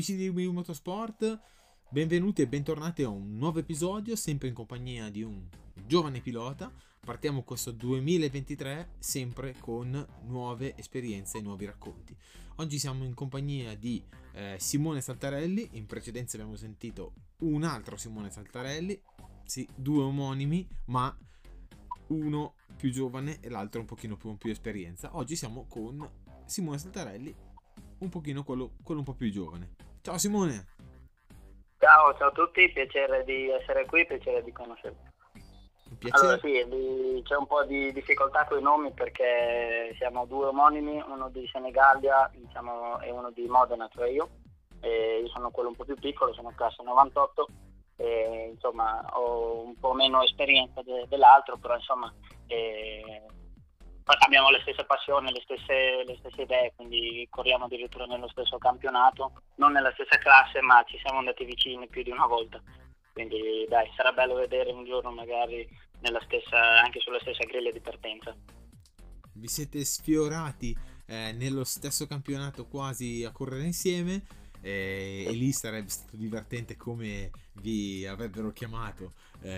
Amici di Wii Motorsport, benvenuti e bentornati a un nuovo episodio, sempre in compagnia di un giovane pilota. Partiamo questo 2023 sempre con nuove esperienze e nuovi racconti. Oggi siamo in compagnia di Simone Saltarelli. In precedenza abbiamo sentito un altro Simone Saltarelli, sì, due omonimi, ma uno più giovane e l'altro un pochino più esperienza. Oggi siamo con Simone Saltarelli, un pochino quello un po' più giovane. Ciao Simone! Ciao a tutti, piacere di essere qui, piacere di conoscervi. Un Allora piacere. sì, c'è un po' di difficoltà con i nomi perché siamo due omonimi, uno di Senigallia, diciamo, e uno di Modena, cioè io. E io sono quello un po' più piccolo, sono classe 98 e insomma ho un po' meno esperienza dell'altro, però insomma abbiamo le stesse passioni, le stesse idee, quindi corriamo addirittura nello stesso campionato, non nella stessa classe, ma ci siamo andati vicini più di una volta. Quindi dai, sarà bello vedere un giorno magari anche sulla stessa griglia di partenza. Vi siete sfiorati nello stesso campionato quasi a correre insieme, e lì sarebbe stato divertente come vi avrebbero chiamato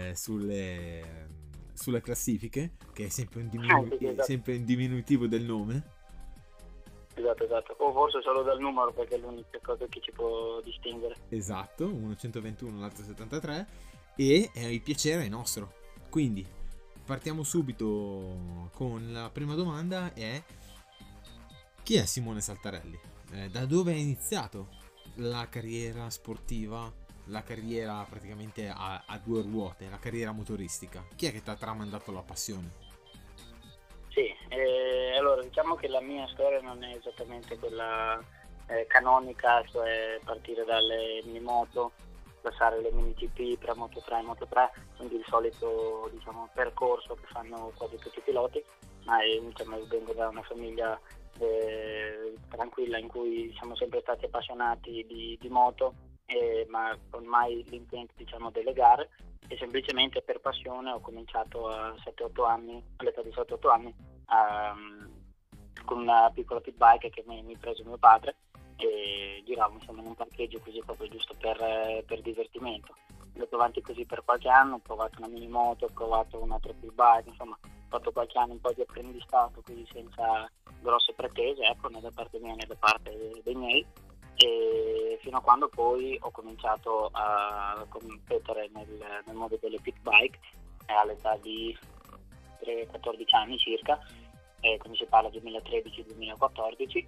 sulle classifiche, che è sempre Sì, esatto. sempre un diminutivo del nome. Esatto. O forse solo dal numero, perché è l'unica cosa che ci può distinguere. Esatto, uno 121, l'altro 73, e il piacere è nostro. Quindi partiamo subito con la prima domanda: è chi è Simone Saltarelli? Da dove è iniziato la carriera sportiva, la carriera praticamente a due ruote, la carriera motoristica? Chi è che ti ha tramandato la passione? Sì, allora diciamo che la mia storia non è esattamente quella canonica, cioè partire dalle minimoto, passare alle mini GP, pre-moto 3, moto 3, quindi il solito diciamo, percorso che fanno quasi tutti i piloti, ma insomma, vengo da una famiglia tranquilla in cui siamo sempre stati appassionati di moto, ma non mai l'intento diciamo, delle gare, e semplicemente per passione ho cominciato all'età di 7-8 anni, con una piccola pit bike che mi prese mio padre, e giravo insomma in un parcheggio così proprio giusto per divertimento. Ho andato avanti così per qualche anno, ho provato una mini moto, ho provato un'altra pit bike, insomma ho fatto qualche anno un po' di apprendistato così senza grosse pretese, ecco, né da parte mia né da parte dei miei, e fino a quando poi ho cominciato a competere nel mondo delle pit bike all'età di 14 anni circa, quindi si parla 2013-2014,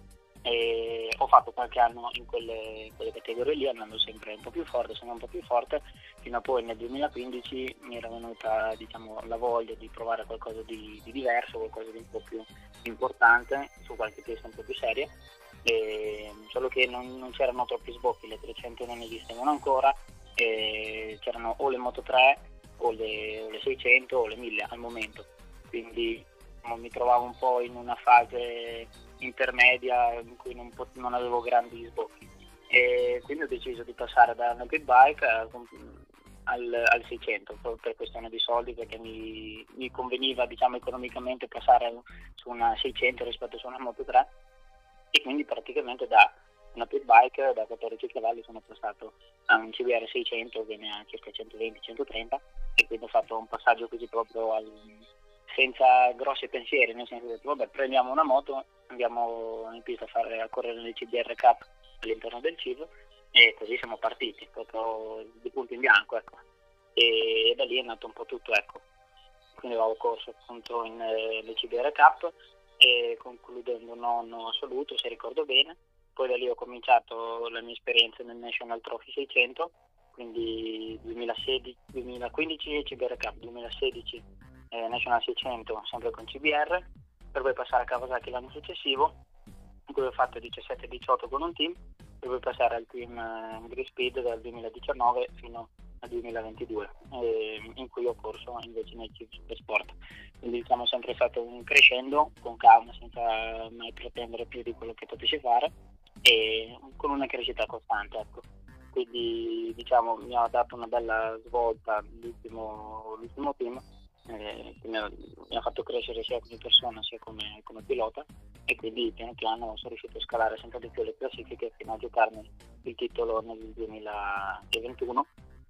e ho fatto qualche anno in quelle categorie lì, andando sempre un po' più forte, fino a poi nel 2015 mi era venuta diciamo, la voglia di provare qualcosa di diverso, qualcosa di un po' più importante, su qualche pista un po' più seria, solo che non c'erano troppi sbocchi, le 300 non esistevano ancora, c'erano o le Moto 3 o le 600 o le 1000 al momento, quindi mi trovavo un po' in una fase intermedia in cui non avevo grandi sbocchi, e quindi ho deciso di passare da una pit bike al 600 proprio per questione di soldi, perché mi conveniva diciamo economicamente passare su una 600 rispetto su una Moto 3, e quindi praticamente da una pit bike da 14 cavalli sono passato a un CBR 600 che ne ha circa 120-130, e quindi ho fatto un passaggio così proprio senza grossi pensieri, nel senso che vabbè, prendiamo una moto, andiamo in pista a correre nel CDR Cup all'interno del CIV, e così siamo partiti proprio di punto in bianco, ecco. E da lì è nato un po' tutto, ecco. Quindi avevo corso appunto nel CDR Cup, e concludendo nono assoluto, se ricordo bene. Poi da lì ho cominciato la mia esperienza nel National Trophy 600, quindi 2015 CBR Cup, 2016 National 600 sempre con CBR, per poi passare a Kawasaki l'anno successivo, in cui ho fatto 17-18 con un team, per poi passare al team Green Speed dal 2019 fino al 2022, in cui ho corso invece nel team Supersport. Quindi diciamo sempre stato un crescendo con calma, senza mai pretendere più di quello che potessi fare, e con una crescita costante, ecco. Quindi diciamo mi ha dato una bella svolta l'ultimo team, che mi ha fatto crescere sia come persona sia come pilota, e quindi piano piano sono riuscito a scalare sempre di più le classifiche fino a giocarmi il titolo nel 2021.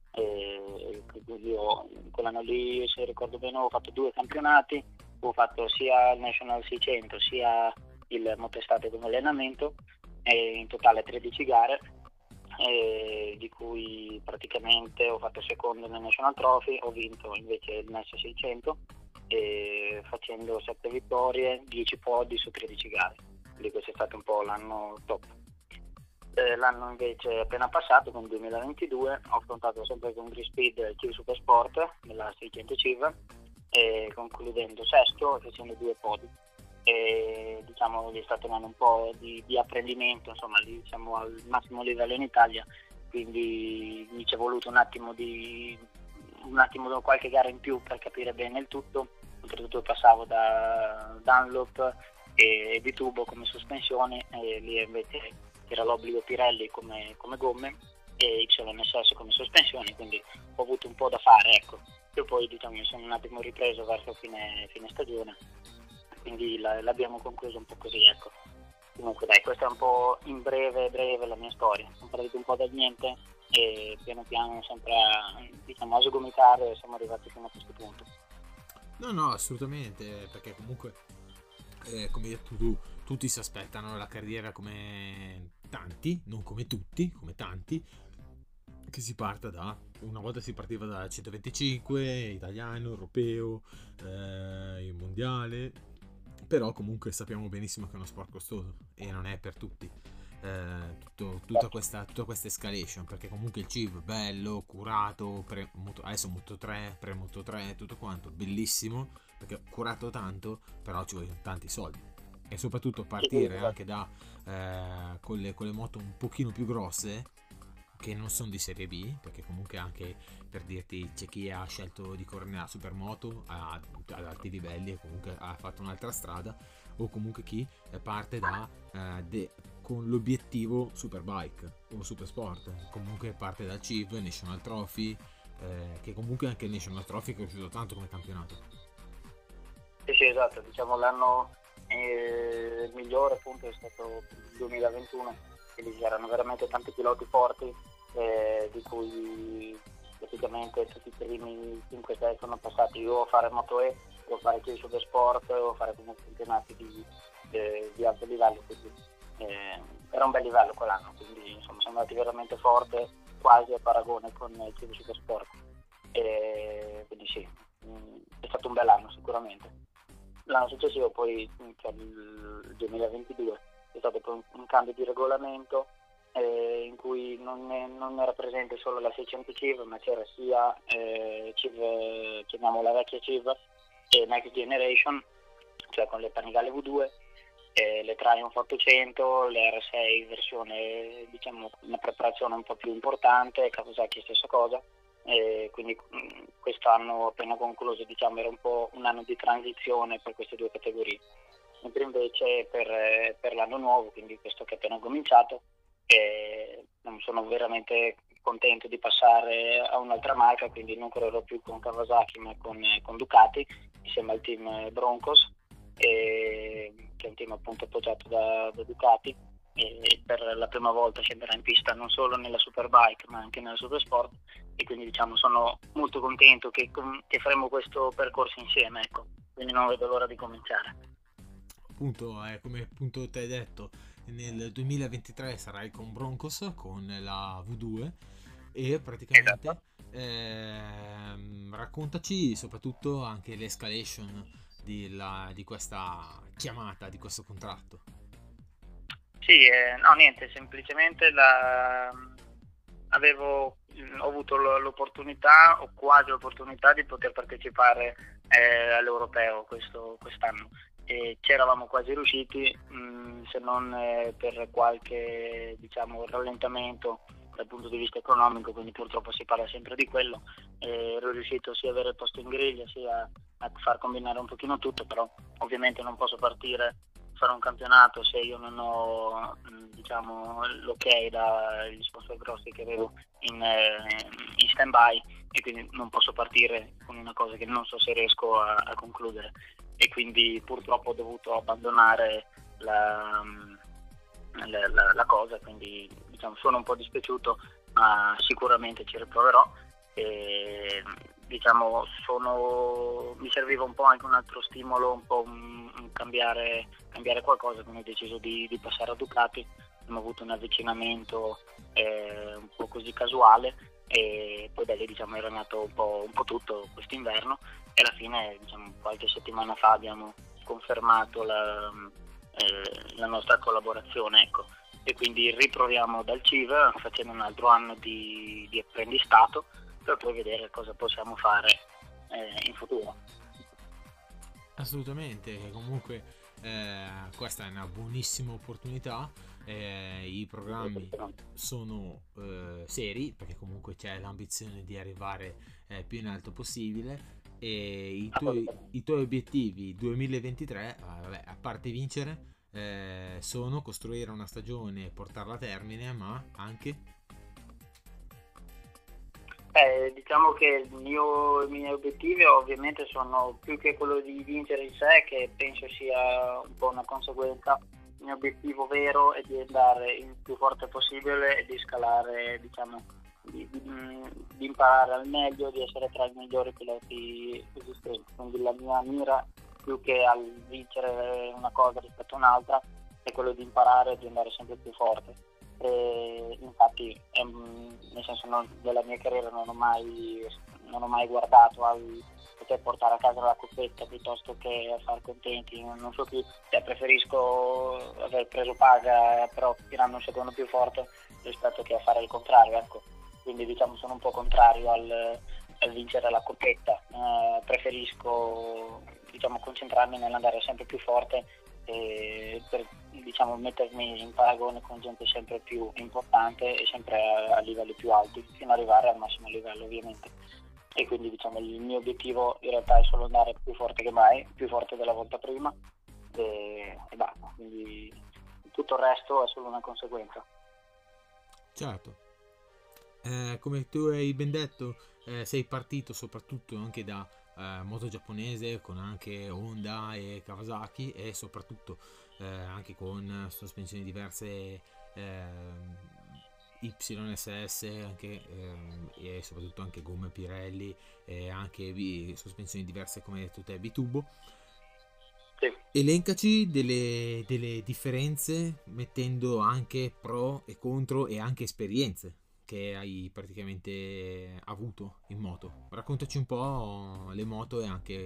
E quindi io quell'anno lì, se ricordo bene, ho fatto 2 campionati, ho fatto sia il National 600 sia il Motestate come allenamento, e in totale 13 gare, di cui praticamente ho fatto secondo nel National Trophy, ho vinto invece il NES 600 facendo 7 vittorie, 10 podi su 13 gare, quindi questo è stato un po' l'anno top. L'anno invece appena passato, con il 2022, ho affrontato sempre con Green Speed il CIV Supersport nella 600 CIV, concludendo sesto e facendo 2 podi. Diciamo che è stato un anno un po' di apprendimento, insomma lì siamo al massimo livello in Italia, quindi mi ci è voluto un attimo qualche gara in più per capire bene il tutto. Oltretutto passavo da Dunlop e Bitubo come sospensioni, e lì invece era l'obbligo Pirelli come gomme e YMSS come sospensioni, quindi ho avuto un po' da fare, ecco. Io poi diciamo mi sono un attimo ripreso verso fine stagione, quindi l'abbiamo concluso un po' così, ecco. Comunque dai, questa è un po' in breve la mia storia. Sono partito un po' da niente e piano piano sempre a sgomitare siamo arrivati fino a questo punto. No, assolutamente, perché comunque, come hai detto tu, tutti si aspettano la carriera come tanti, non come tutti, come tanti, che si parta una volta si partiva da 125, italiano, europeo, il mondiale, però comunque sappiamo benissimo che è uno sport costoso e non è per tutti. Tutta questa escalation, perché comunque il CIV bello, curato, adesso Moto 3, pre-Moto 3, tutto quanto bellissimo, perché curato tanto, però ci vogliono tanti soldi, e soprattutto partire anche con le moto un pochino più grosse, che non sono di serie B, perché comunque anche, per dirti, c'è chi ha scelto di correre nella supermoto ad alti livelli e comunque ha fatto un'altra strada, o comunque chi parte con l'obiettivo Superbike o Supersport, comunque parte dal CIV, National Trophy, che comunque anche il National Trophy è cresciuto tanto come campionato. Sì, esatto, diciamo l'anno migliore appunto è stato il 2021, quindi c'erano veramente tanti piloti forti, di cui praticamente tutti i primi 5-6 sono passati o a fare Moto E o a fare il Supersport o a fare comunque campionati di alto livello, quindi era un bel livello quell'anno, quindi insomma siamo andati veramente forte, quasi a paragone con il Supersport, quindi sì, è stato un bel anno sicuramente. L'anno successivo poi, cioè il 2022, è stato poi un cambio di regolamento, in cui non era presente solo la 600 CIV, ma c'era sia CIV, chiamiamola vecchia CIV, e Next Generation, cioè con le Panigale V2, le Triumph 800, le R6 versione, diciamo, una preparazione un po' più importante, Kawasaki stessa cosa. Quindi quest'anno appena concluso, diciamo, era un po' un anno di transizione per queste due categorie, mentre invece per l'anno nuovo, quindi questo che è appena cominciato, sono veramente contento di passare a un'altra marca, quindi non correrò più con Kawasaki ma con Ducati, insieme al team Broncos, che è un team appunto appoggiato da Ducati, e per la prima volta scenderà in pista non solo nella Superbike ma anche nella Supersport, e quindi diciamo sono molto contento che faremo questo percorso insieme, ecco, quindi non vedo l'ora di cominciare. Appunto, come appunto ti hai detto, nel 2023 sarai con Broncos con la V2 e praticamente raccontaci soprattutto anche l'escalation di questa chiamata, di questo contratto. Sì, no, niente, semplicemente ho avuto l'opportunità, o quasi l'opportunità, di poter partecipare all'Europeo quest'anno. E ci eravamo quasi riusciti, se non per qualche, diciamo, rallentamento dal punto di vista economico, quindi purtroppo si parla sempre di quello. Ero riuscito sia a avere il posto in griglia sia a far combinare un pochino tutto, però ovviamente non posso partire, fare un campionato se io non ho, diciamo, l'ok dagli sponsor grossi che avevo in stand by, e quindi non posso partire con una cosa che non so se riesco a concludere, e quindi purtroppo ho dovuto abbandonare la cosa, quindi diciamo sono un po' dispiaciuto, ma sicuramente ci riproverò. E diciamo mi serviva un po' anche un altro stimolo, un po' un cambiare qualcosa, quindi ho deciso di passare a Ducati. Abbiamo avuto un avvicinamento un po' così casuale, e poi da lì diciamo era nato un po' tutto quest'inverno, e alla fine diciamo qualche settimana fa abbiamo confermato la nostra collaborazione, ecco. E quindi riproviamo dal CIV facendo un altro anno di apprendistato, per poi vedere cosa possiamo fare in futuro. Assolutamente, comunque questa è una buonissima opportunità. I programmi sono seri, perché comunque c'è l'ambizione di arrivare più in alto possibile, e i tuoi obiettivi 2023, vabbè, a parte vincere, sono costruire una stagione e portarla a termine, ma anche Diciamo che i miei obiettivi ovviamente sono più che quello di vincere in sé, che penso sia un po' una conseguenza. Il mio obiettivo vero è di andare il più forte possibile e di scalare, diciamo, di imparare al meglio, di essere tra i migliori piloti esistenti. Quindi la mia mira, più che al vincere una cosa rispetto a un'altra, è quello di imparare e di andare sempre più forte. E infatti nel senso della mia carriera non ho mai guardato al poter portare a casa la coppetta piuttosto che a far contenti, non so più, preferisco aver preso paga però tirando un secondo più forte rispetto che a fare il contrario, ecco. Quindi diciamo sono un po' contrario al vincere la coppetta, preferisco diciamo concentrarmi nell'andare sempre più forte, per diciamo mettermi in paragone con gente sempre più importante e sempre a livelli più alti, fino ad arrivare al massimo livello ovviamente. E quindi diciamo il mio obiettivo in realtà è solo andare più forte che mai, più forte della volta prima, e basta, quindi tutto il resto è solo una conseguenza. certo. Come tu hai ben detto, sei partito soprattutto anche da moto giapponese, con anche Honda e Kawasaki, e soprattutto anche con sospensioni diverse, YSS anche, e soprattutto anche gomme Pirelli, e anche sospensioni diverse come hai detto te, bitubo. Sì. Elencaci delle differenze, mettendo anche pro e contro e anche esperienze che hai praticamente avuto in moto. Raccontaci un po' le moto e anche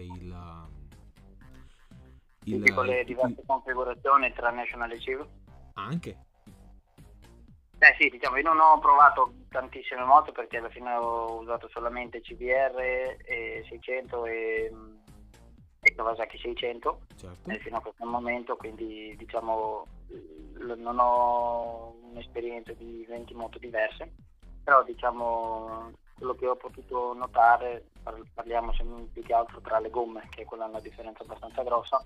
Con le diverse configurazioni tra National e CIV. anche. Sì, diciamo, io non ho provato tantissime moto perché alla fine ho usato solamente CBR 600 e Kawasaki 600, Certo. fino a questo momento, quindi diciamo non ho un'esperienza di 20 moto diverse, però diciamo quello che ho potuto notare, parliamo più che altro tra le gomme, che quella è una differenza abbastanza grossa.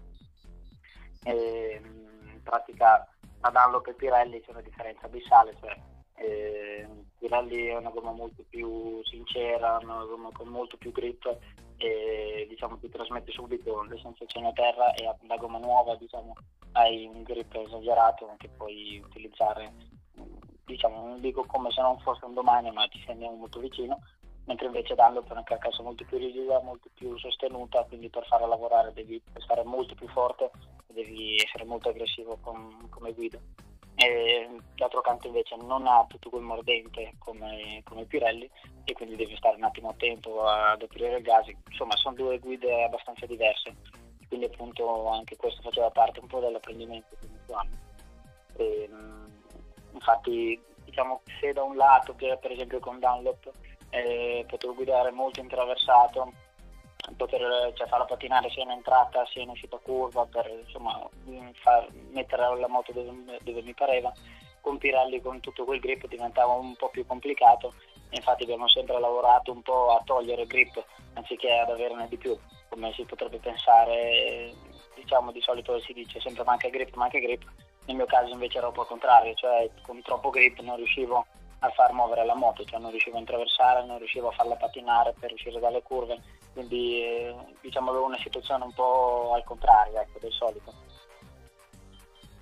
In pratica tra Dunlop e Pirelli c'è una differenza abissale, cioè Pirelli è una gomma molto più sincera, una gomma con molto più grip, e diciamo ti trasmette subito le sensazioni a terra, e la gomma nuova diciamo hai un grip esagerato che puoi utilizzare, diciamo non dico come se non fosse un domani, ma ti senti molto vicino, mentre invece Dunlop è una carcassa molto più rigida, molto più sostenuta, quindi per farla lavorare devi stare molto più forte, devi essere molto aggressivo come guida. E d'altro canto invece non ha tutto quel mordente come Pirelli, e quindi devi stare un attimo attento ad aprire il gas. Insomma sono due guide abbastanza diverse, quindi appunto anche questo faceva parte un po' dell'apprendimento di questo anno. Infatti diciamo se da un lato, che per esempio con Dunlop potevo guidare molto intraversato, poter farla patinare sia in entrata sia in uscita curva, per insomma mettere la moto dove mi pareva, con Pirelli con tutto quel grip diventava un po' più complicato. Infatti abbiamo sempre lavorato un po' a togliere grip anziché ad averne di più, come si potrebbe pensare. Diciamo di solito si dice sempre manca grip, nel mio caso invece era un po' al contrario, cioè con troppo grip non riuscivo a far muovere la moto, cioè non riuscivo a intraversare, non riuscivo a farla patinare per uscire dalle curve, quindi diciamo avevo una situazione un po' al contrario, ecco, del solito.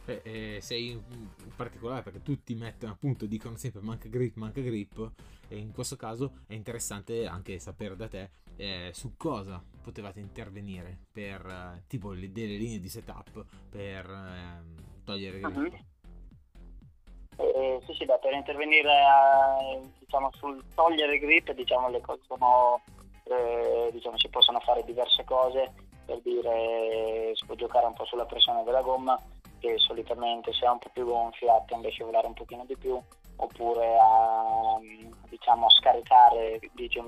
sei in particolare perché tutti mettono, appunto, dicono sempre manca grip, e in questo caso è interessante anche sapere da te su cosa potevate intervenire per tipo delle linee di setup per togliere Mhm. grip. Sì, sì, beh, per intervenire diciamo, sul togliere grip, diciamo, le cose sono, diciamo, si possono fare diverse cose. Per dire, si può giocare un po' sulla pressione della gomma, che solitamente se è un po' più gonfia tende a scivolare un pochino di più, oppure diciamo, a scaricare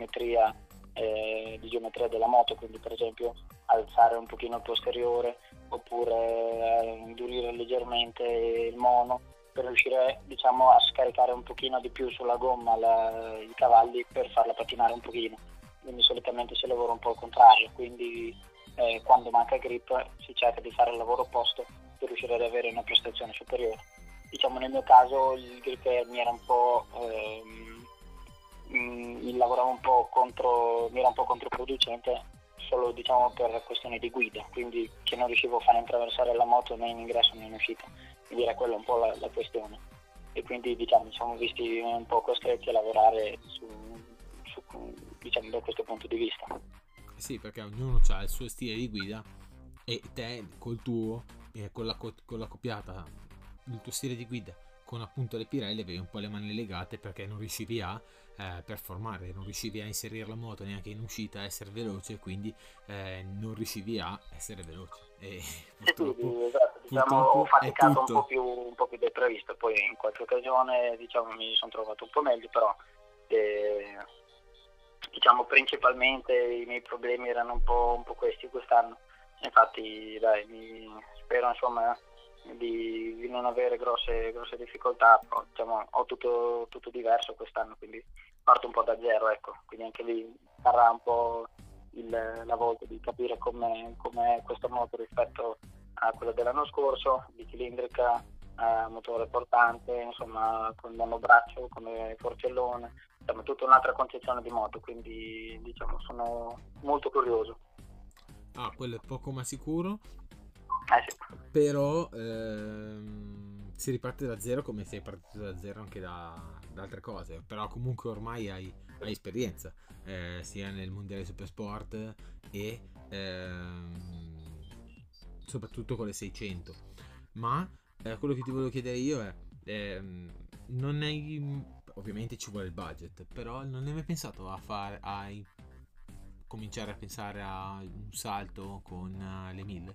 di geometria della moto, quindi per esempio alzare un pochino il posteriore, oppure indurire leggermente il mono per riuscire, diciamo, a scaricare un pochino di più sulla gomma i cavalli per farla pattinare un pochino. Quindi solitamente si lavora un po' al contrario, quindi quando manca grip si cerca di fare il lavoro opposto per riuscire ad avere una prestazione superiore. Diciamo, nel mio caso il grip mi era un po' mi lavorava un po' mi era un po' controproducente solo, diciamo, per questioni di guida, quindi che non riuscivo a fare intraversare la moto né in ingresso né in uscita, quindi era quella un po' la questione, e quindi, diciamo, ci siamo visti un po' costretti a lavorare diciamo, da questo punto di vista. Sì, perché ognuno ha il suo stile di guida e te col tuo, con la coppiata, il tuo stile di guida con appunto le Pirelli avevi un po' le mani legate perché non riuscivi a performare, non riuscivi a inserire la moto neanche in uscita, a essere veloce, quindi non riuscivi a essere veloce e Sì, purtroppo, sì, esatto. Diciamo, ho è faticato tutto. un po' più del previsto, poi in qualche occasione, diciamo, mi sono trovato un po' meglio, però eh, diciamo, principalmente i miei problemi erano un po' questi quest'anno. Infatti, dai, spero, insomma, di non avere grosse difficoltà, però, diciamo, ho tutto diverso quest'anno, quindi parto un po' da zero, ecco. Quindi anche lì sarà un po' la volta di capire com'è questa moto rispetto a quella dell'anno scorso, di cilindrica, motore portante, insomma, con monobraccio, come forcellone, insomma, tutta un'altra concezione di moto, quindi, diciamo, sono molto curioso. Quello è poco ma sicuro, Sì. però si riparte da zero come sei partito da zero anche da altre cose, però comunque ormai hai esperienza sia nel mondiale supersport e soprattutto con le 600. Ma quello che ti volevo chiedere io è non hai, ovviamente ci vuole il budget, però non hai mai pensato cominciare a pensare a un salto con le 1000?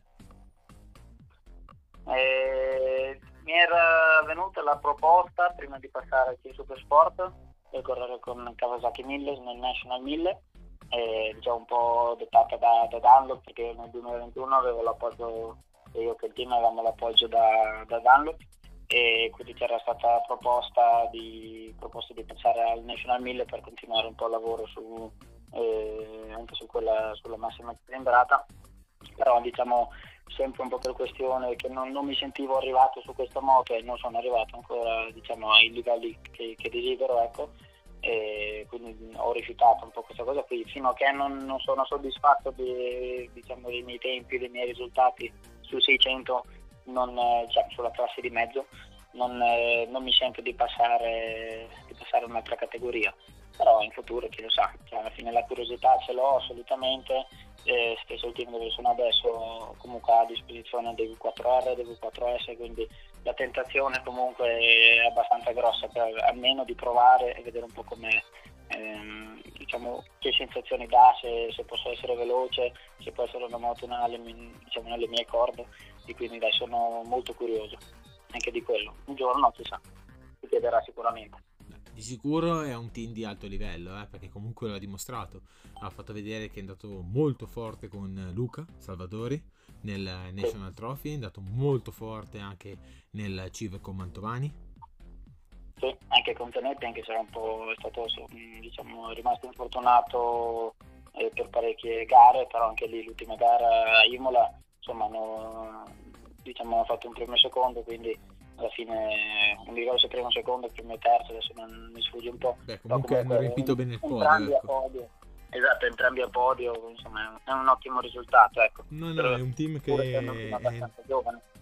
Mi era venuta la proposta prima di passare al Team Supersport per correre con Kawasaki 1000 nel National 1000, diciamo un po' dettata da Dunlop, perché nel 2021 avevo l'appoggio, io che il team avevamo l'appoggio da Dunlop, e quindi c'era stata proposta di passare al National 1000 per continuare un po' il lavoro anche sulla massima cilindrata, però, diciamo, sempre un po' per questione che non mi sentivo arrivato su questa moto e non sono arrivato ancora, diciamo, ai livelli che desidero, ecco, e quindi ho rifiutato un po' questa cosa qui fino a che non sono soddisfatto diciamo, dei miei tempi, dei miei risultati sul 600, cioè sulla classe di mezzo, non mi sento di passare a un'altra categoria, però in futuro chi lo sa, cioè, alla fine la curiosità ce l'ho assolutamente. Stesso il team dove sono adesso comunque ha a disposizione dei V4R, dei V4S, quindi la tentazione comunque è abbastanza grossa per almeno di provare e vedere un po' come, diciamo, che sensazioni dà, se posso essere veloce, se può essere una moto diciamo, nelle mie corde, e quindi dai, sono molto curioso anche di quello. Un giorno si sa, si chiederà sicuramente. Di sicuro è un team di alto livello, perché comunque l'ha dimostrato. Ha fatto vedere che è andato molto forte con Luca Salvatori nel Sì. National Trophy, è andato molto forte anche nel CIV con Mantovani. Sì, anche con Zanetti, anche se è stato, diciamo, rimasto infortunato per parecchie gare, però anche lì l'ultima gara a Imola, insomma, diciamo, hanno fatto un primo e secondo, quindi alla fine non mi ricordo se primo, secondo, primo e terzo, adesso mi sfugge un po', Beh, però comunque hanno comunque riempito bene il podio, entrambi a ecco. podio. Esatto, entrambi a podio, insomma, è un ottimo risultato, ecco. No, è un team Pur essendo un che team abbastanza giovane.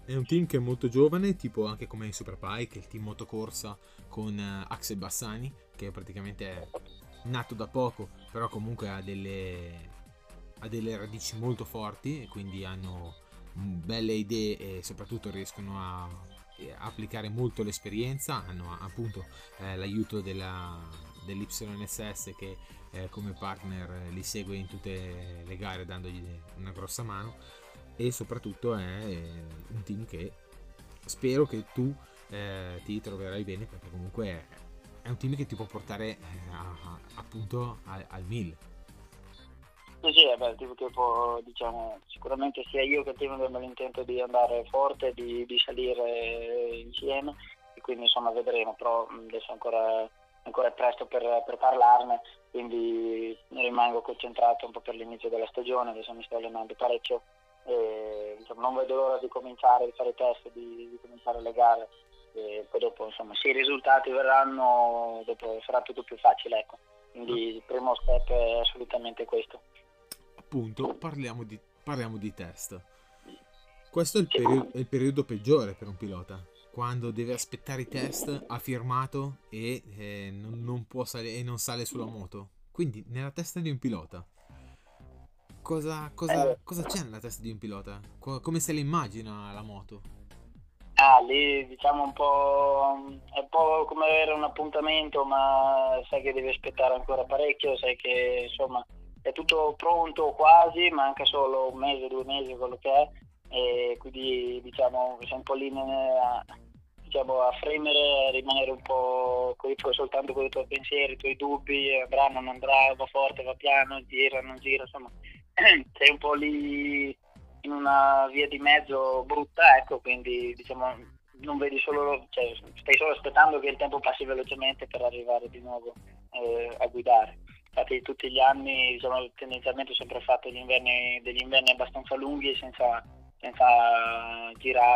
È un team che è molto giovane, tipo anche come Super Pike, il team motocorsa con Axel Bassani, che praticamente è nato da poco, però comunque ha delle radici molto forti e quindi hanno belle idee e soprattutto riescono a applicare molto l'esperienza. Hanno appunto l'aiuto dell'YSS che come partner li segue in tutte le gare dandogli una grossa mano, e soprattutto è un team che spero che tu ti troverai bene, perché comunque è un team che ti può portare appunto al 1000. Sì, sì, tipo, diciamo, sicuramente sia io che il team abbiamo l'intento di andare forte, di salire insieme, e quindi insomma vedremo, però adesso ancora è presto per parlarne, quindi rimango concentrato un po' per l'inizio della stagione. Adesso mi sto allenando parecchio e insomma, non vedo l'ora di cominciare, di fare i test, di cominciare le gare, e poi dopo insomma se i risultati verranno dopo sarà tutto più facile, ecco. Quindi il primo step è assolutamente questo. Appunto, parliamo di test. Questo è Sì. è il periodo peggiore per un pilota, quando deve aspettare i test, ha firmato e non può salire e non sale sulla moto. Quindi nella testa di un pilota cosa c'è nella testa di un pilota? Come se la immagina la moto? Lì diciamo è un po' come avere un appuntamento, ma sai che devi aspettare ancora parecchio, sai che insomma è tutto pronto quasi, manca solo un mese, 2 mesi, quello che è, e quindi diciamo sei un po' lì diciamo, a fremere, a rimanere un po' soltanto con i tuoi pensieri, i tuoi dubbi, andrà, non andrà, va forte, va piano, gira, non gira, insomma sei un po' lì in una via di mezzo brutta, ecco, quindi diciamo non vedi solo, cioè, stai solo aspettando che il tempo passi velocemente per arrivare di nuovo a guidare. Infatti tutti gli anni diciamo, tendenzialmente ho sempre fatto degli inverni abbastanza lunghi senza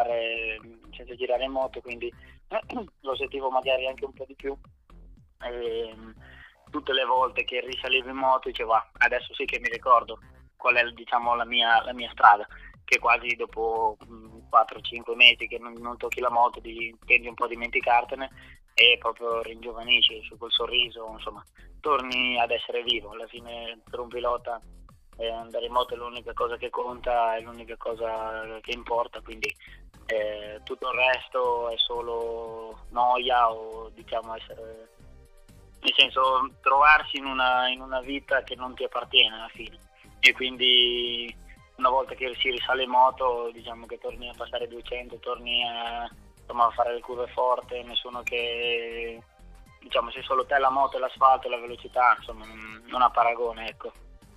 girare in moto, quindi lo sentivo magari anche un po' di più. E, tutte le volte che risalivo in moto dicevo adesso sì che mi ricordo qual è diciamo la mia strada, che quasi dopo 4-5 mesi che non tocchi la moto tendi un po' a dimenticartene e proprio ringiovanisci su quel sorriso, insomma torni ad essere vivo. Alla fine per un pilota andare in moto è l'unica cosa che conta, è l'unica cosa che importa, quindi tutto il resto è solo noia o diciamo essere, nel senso trovarsi in una vita che non ti appartiene alla fine, e quindi una volta che si risale in moto diciamo che torni a passare 200, torni a fare le curve forte, nessuno che diciamo sei solo te, la moto e l'asfalto e la velocità, insomma non ha paragone, ecco.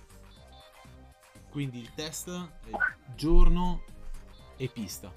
Quindi il test è giorno e pista.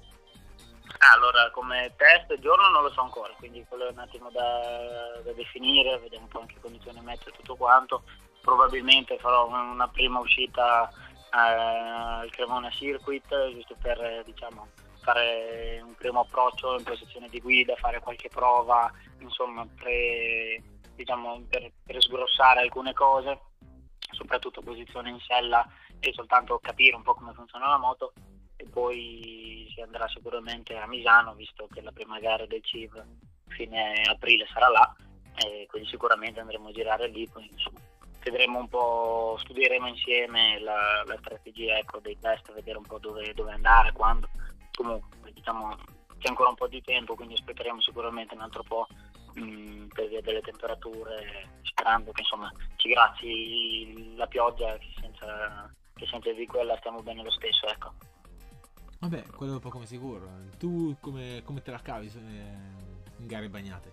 Allora, come test giorno non lo so ancora, quindi quello è un attimo da definire, vediamo un po' anche condizioni meteo e tutto quanto. Probabilmente farò una prima uscita al Cremona Circuit, giusto per diciamo fare un primo approccio in posizione di guida, fare qualche prova, insomma diciamo, per sgrossare alcune cose, soprattutto posizione in sella e soltanto capire un po' come funziona la moto. E poi si andrà sicuramente a Misano, visto che la prima gara del CIV fine aprile sarà là, e quindi sicuramente andremo a girare lì, quindi insomma vedremo un po', studieremo insieme la strategia, ecco, dei test, vedere un po' dove andare, quando. Comunque diciamo c'è ancora un po' di tempo, quindi aspetteremo sicuramente un altro po' per via delle temperature, sperando che insomma ci grazi la pioggia, che senza di quella stiamo bene lo stesso, ecco. Vabbè, quello è poco come sicuro. Tu come te la cavi in gare bagnate?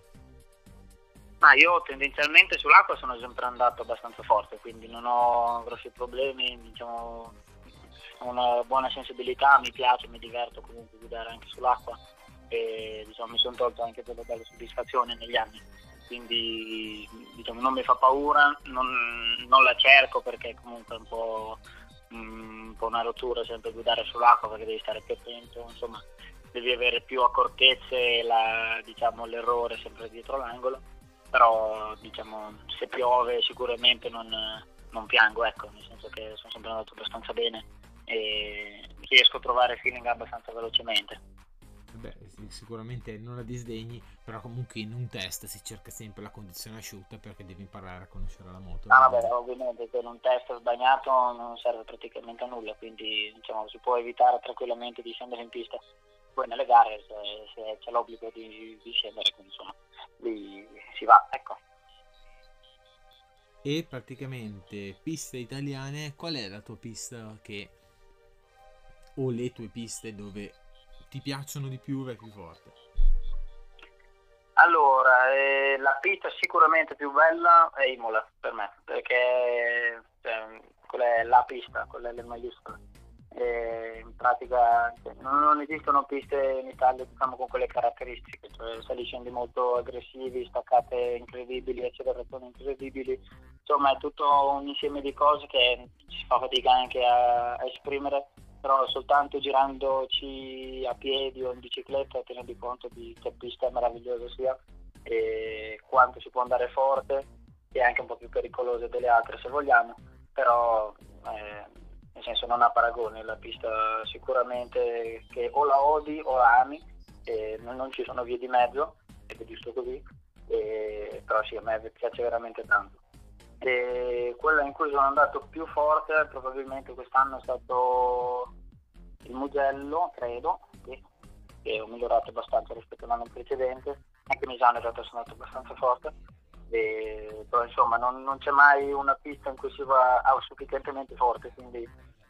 Io tendenzialmente sull'acqua sono sempre andato abbastanza forte, quindi non ho grossi problemi, diciamo, ho una buona sensibilità, mi piace, mi diverto comunque guidare anche sull'acqua e diciamo, mi sono tolto anche delle belle soddisfazioni negli anni, quindi diciamo, non mi fa paura, non la cerco perché comunque è un po' una rottura sempre guidare sull'acqua, perché devi stare più attento, insomma devi avere più accortezze e diciamo, l'errore sempre dietro l'angolo, però diciamo se piove sicuramente non piango, ecco, nel senso che sono sempre andato abbastanza bene e riesco a trovare feeling abbastanza velocemente. Beh, sicuramente non la disdegni, però comunque in un test si cerca sempre la condizione asciutta perché devi imparare a conoscere la moto. Ah, vabbè, ovviamente per un test sbagliato non serve praticamente a nulla, quindi diciamo si può evitare tranquillamente di scendere in pista. Poi nelle gare se c'è l'obbligo di scendere, quindi insomma lì si va, ecco. E praticamente piste italiane, qual è la tua pista che o le tue piste dove ti piacciono di più, vai più forte? Allora, la pista sicuramente più bella è Imola per me, perché quella è la pista, quella è le maiuscole. In pratica non esistono piste in Italia diciamo con quelle caratteristiche, cioè sali scendi molto aggressivi, staccate incredibili, accelerazioni incredibili, insomma è tutto un insieme di cose che si fa fatica anche a esprimere, però soltanto girandoci a piedi o in bicicletta ti rendi conto di che pista meravigliosa sia e quanto si può andare forte e anche un po' più pericolosa delle altre se vogliamo, però nel senso non ha paragone, la pista sicuramente che o la odi o la ami, non ci sono vie di mezzo, ed è giusto così, però sì, a me piace veramente tanto. E quella in cui sono andato più forte probabilmente quest'anno è stato il Mugello, credo, che ho migliorato abbastanza rispetto all'anno precedente, anche Misano in realtà sono andato abbastanza forte, però insomma non c'è mai una pista in cui si va sufficientemente forte, quindi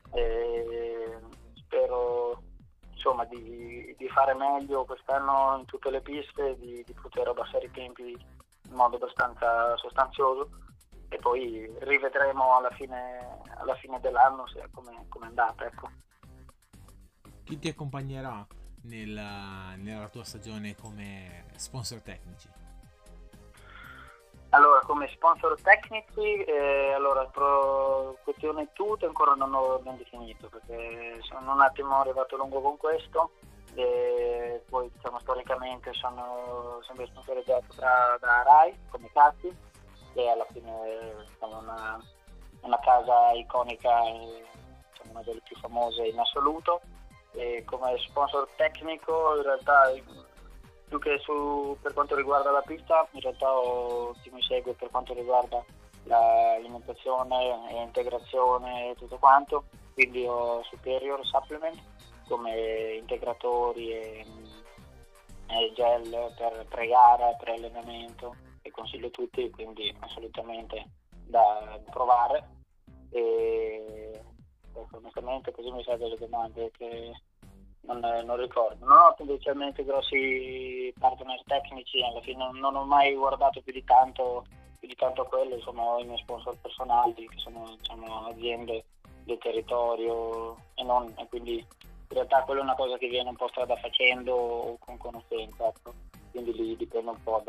spero insomma di fare meglio quest'anno in tutte le piste, di poter abbassare i tempi in modo abbastanza sostanzioso e poi rivedremo alla fine dell'anno se come è andata, ecco. Chi ti accompagnerà nella tua stagione come sponsor tecnici? Allora, come sponsor tecnici, allora, questione tutto ancora non ho ben definito perché sono un attimo arrivato lungo con questo e poi diciamo storicamente sono sempre sponsorizzato da Rai come Cazzi, che alla fine diciamo, una casa iconica, diciamo, una delle più famose in assoluto. E come sponsor tecnico in realtà più che per quanto riguarda la pista, in realtà chi mi segue per quanto riguarda l'alimentazione e integrazione e tutto quanto, quindi ho Superior Supplement come integratori e gel per pre-gara, pre-allenamento e consiglio tutti, quindi assolutamente da provare e onestamente così mi sa delle domande che non ricordo. Non ho tendenzialmente grossi partner tecnici, alla fine non ho mai guardato più di tanto a quello, insomma ho i miei sponsor personali che sono diciamo, aziende del territorio e quindi in realtà quello è una cosa che viene un po' strada facendo o con conoscenza, ecco. Quindi lì dipende un po'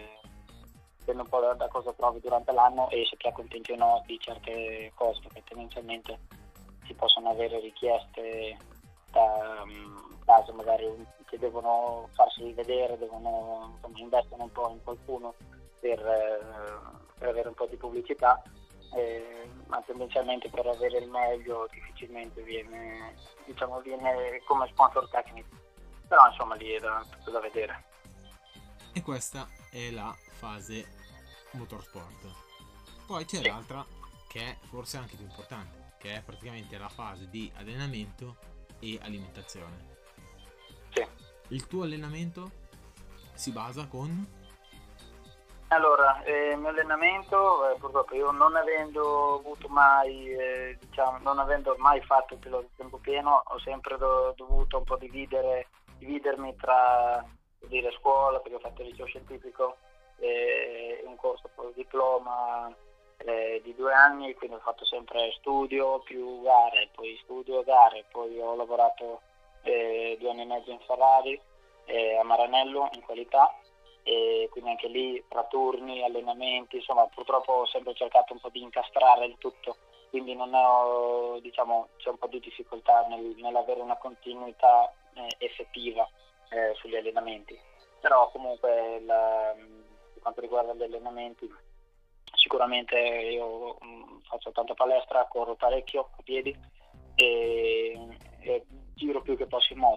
da cosa provi durante l'anno e se ti accontenti o no di certe cose, perché tendenzialmente si possono avere richieste da case magari che devono farsi vedere, insomma, investono un po' in qualcuno per avere un po' di pubblicità, ma tendenzialmente per avere il meglio difficilmente viene come sponsor tecnico, però insomma lì è tutto da vedere. E questa è la fase motorsport. Poi c'è Sì. l'altra che è forse anche più importante, che è praticamente la fase di allenamento e alimentazione. Sì. Il tuo allenamento si basa con? Allora, il mio allenamento, purtroppo io non avendo avuto mai, non avendo mai fatto il pilota a tempo pieno, ho sempre dovuto un po' dividermi tra scuola, perché ho fatto il liceo scientifico, un corso poi diploma di 2 anni, quindi ho fatto sempre studio più gare, poi studio gare, poi ho lavorato 2 anni e mezzo in Ferrari, a Maranello in qualità, e quindi anche lì tra turni, allenamenti, insomma purtroppo ho sempre cercato un po' di incastrare il tutto, quindi non ho, diciamo, c'è un po' di difficoltà nell'avere una continuità effettiva sugli allenamenti, però comunque per quanto riguarda gli allenamenti sicuramente io faccio tanta palestra, corro parecchio a piedi e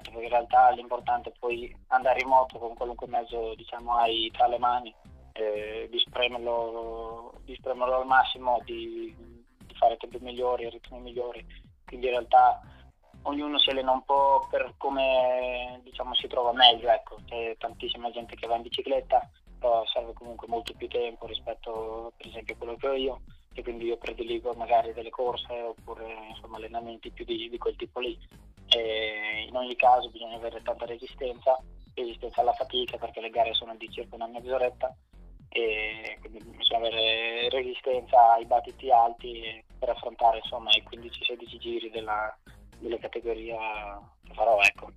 certo, perché in realtà l'importante è poi andare in moto con qualunque mezzo diciamo hai tra le mani, di spremerlo al massimo, di fare tempi migliori, ritmi migliori, quindi in realtà ognuno si allena un po' per come diciamo si trova meglio, ecco. C'è tantissima gente che va in bicicletta, però serve comunque molto più tempo rispetto per esempio a quello che ho io, e quindi io prediligo magari delle corse oppure insomma allenamenti più di quel tipo lì. E in ogni caso bisogna avere tanta resistenza alla fatica, perché le gare sono di circa una mezz'oretta, e quindi bisogna avere resistenza ai battiti alti per affrontare insomma i 15-16 giri della categoria che farò, ecco.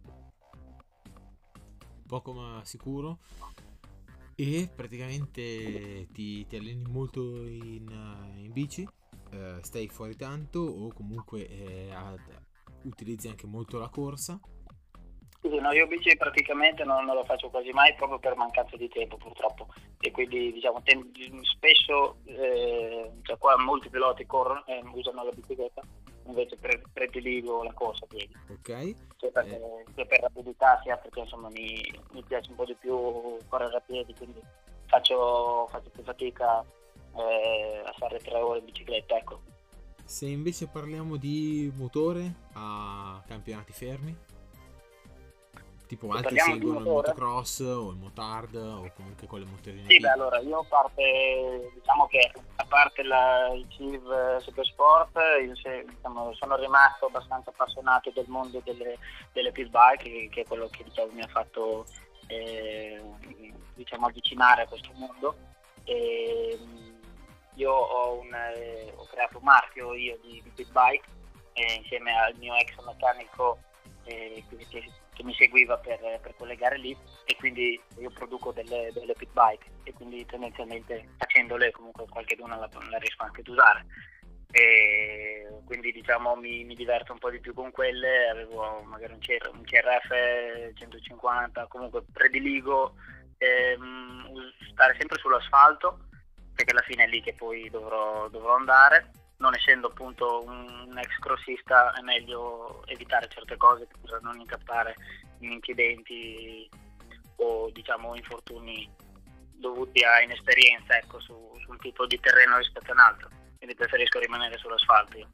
Poco ma sicuro. E praticamente ti alleni molto in bici, stai fuori tanto o comunque utilizzi anche molto la corsa? Sì, no, io bici praticamente non lo faccio quasi mai proprio per mancanza di tempo purtroppo, e quindi diciamo spesso cioè qua molti piloti corrono usano la bicicletta, invece prediligo la corsa a piedi, Ok. sia per rapidità sia perché insomma mi piace un po' di più correre a piedi, quindi faccio più fatica a fare 3 ore in bicicletta, ecco. Se invece parliamo di motore a campionati fermi, tipo Se altri parliamo di seguono il motore, motocross o il motard o comunque con le motorine sì, beh, piccole. allora io diciamo che a parte il CIV Supersport, diciamo, sono rimasto abbastanza appassionato del mondo delle pit bike, che è quello che diciamo, mi ha fatto diciamo, avvicinare a questo mondo. E, io ho creato un marchio io di pit bike, insieme al mio ex meccanico che mi seguiva per quelle gare lì, e quindi io produco delle pit bike, e quindi tendenzialmente facendole comunque qualcheduna la riesco anche ad usare, e quindi diciamo mi diverto un po' di più con quelle. Avevo magari un CRF 150, comunque prediligo stare sempre sull'asfalto, perché alla fine è lì che poi dovrò andare. Non essendo appunto un ex crossista è meglio evitare certe cose per non incappare in incidenti o diciamo infortuni dovuti a inesperienza, ecco, su un tipo di terreno rispetto a un altro, quindi preferisco rimanere sull'asfalto io.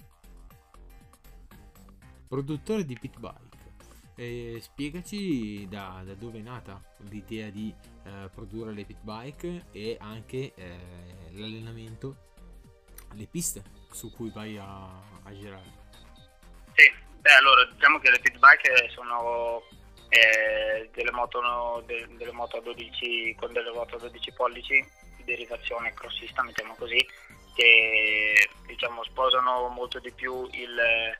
Produttore di pit bike. Spiegaci da dove è nata l'idea di produrre le pit bike e anche l'allenamento, le piste su cui vai a girare. Sì, beh, allora diciamo che le pit bike sono delle moto a 12 con delle ruote a 12 pollici di derivazione crossista, mettiamo così, che diciamo sposano molto di più il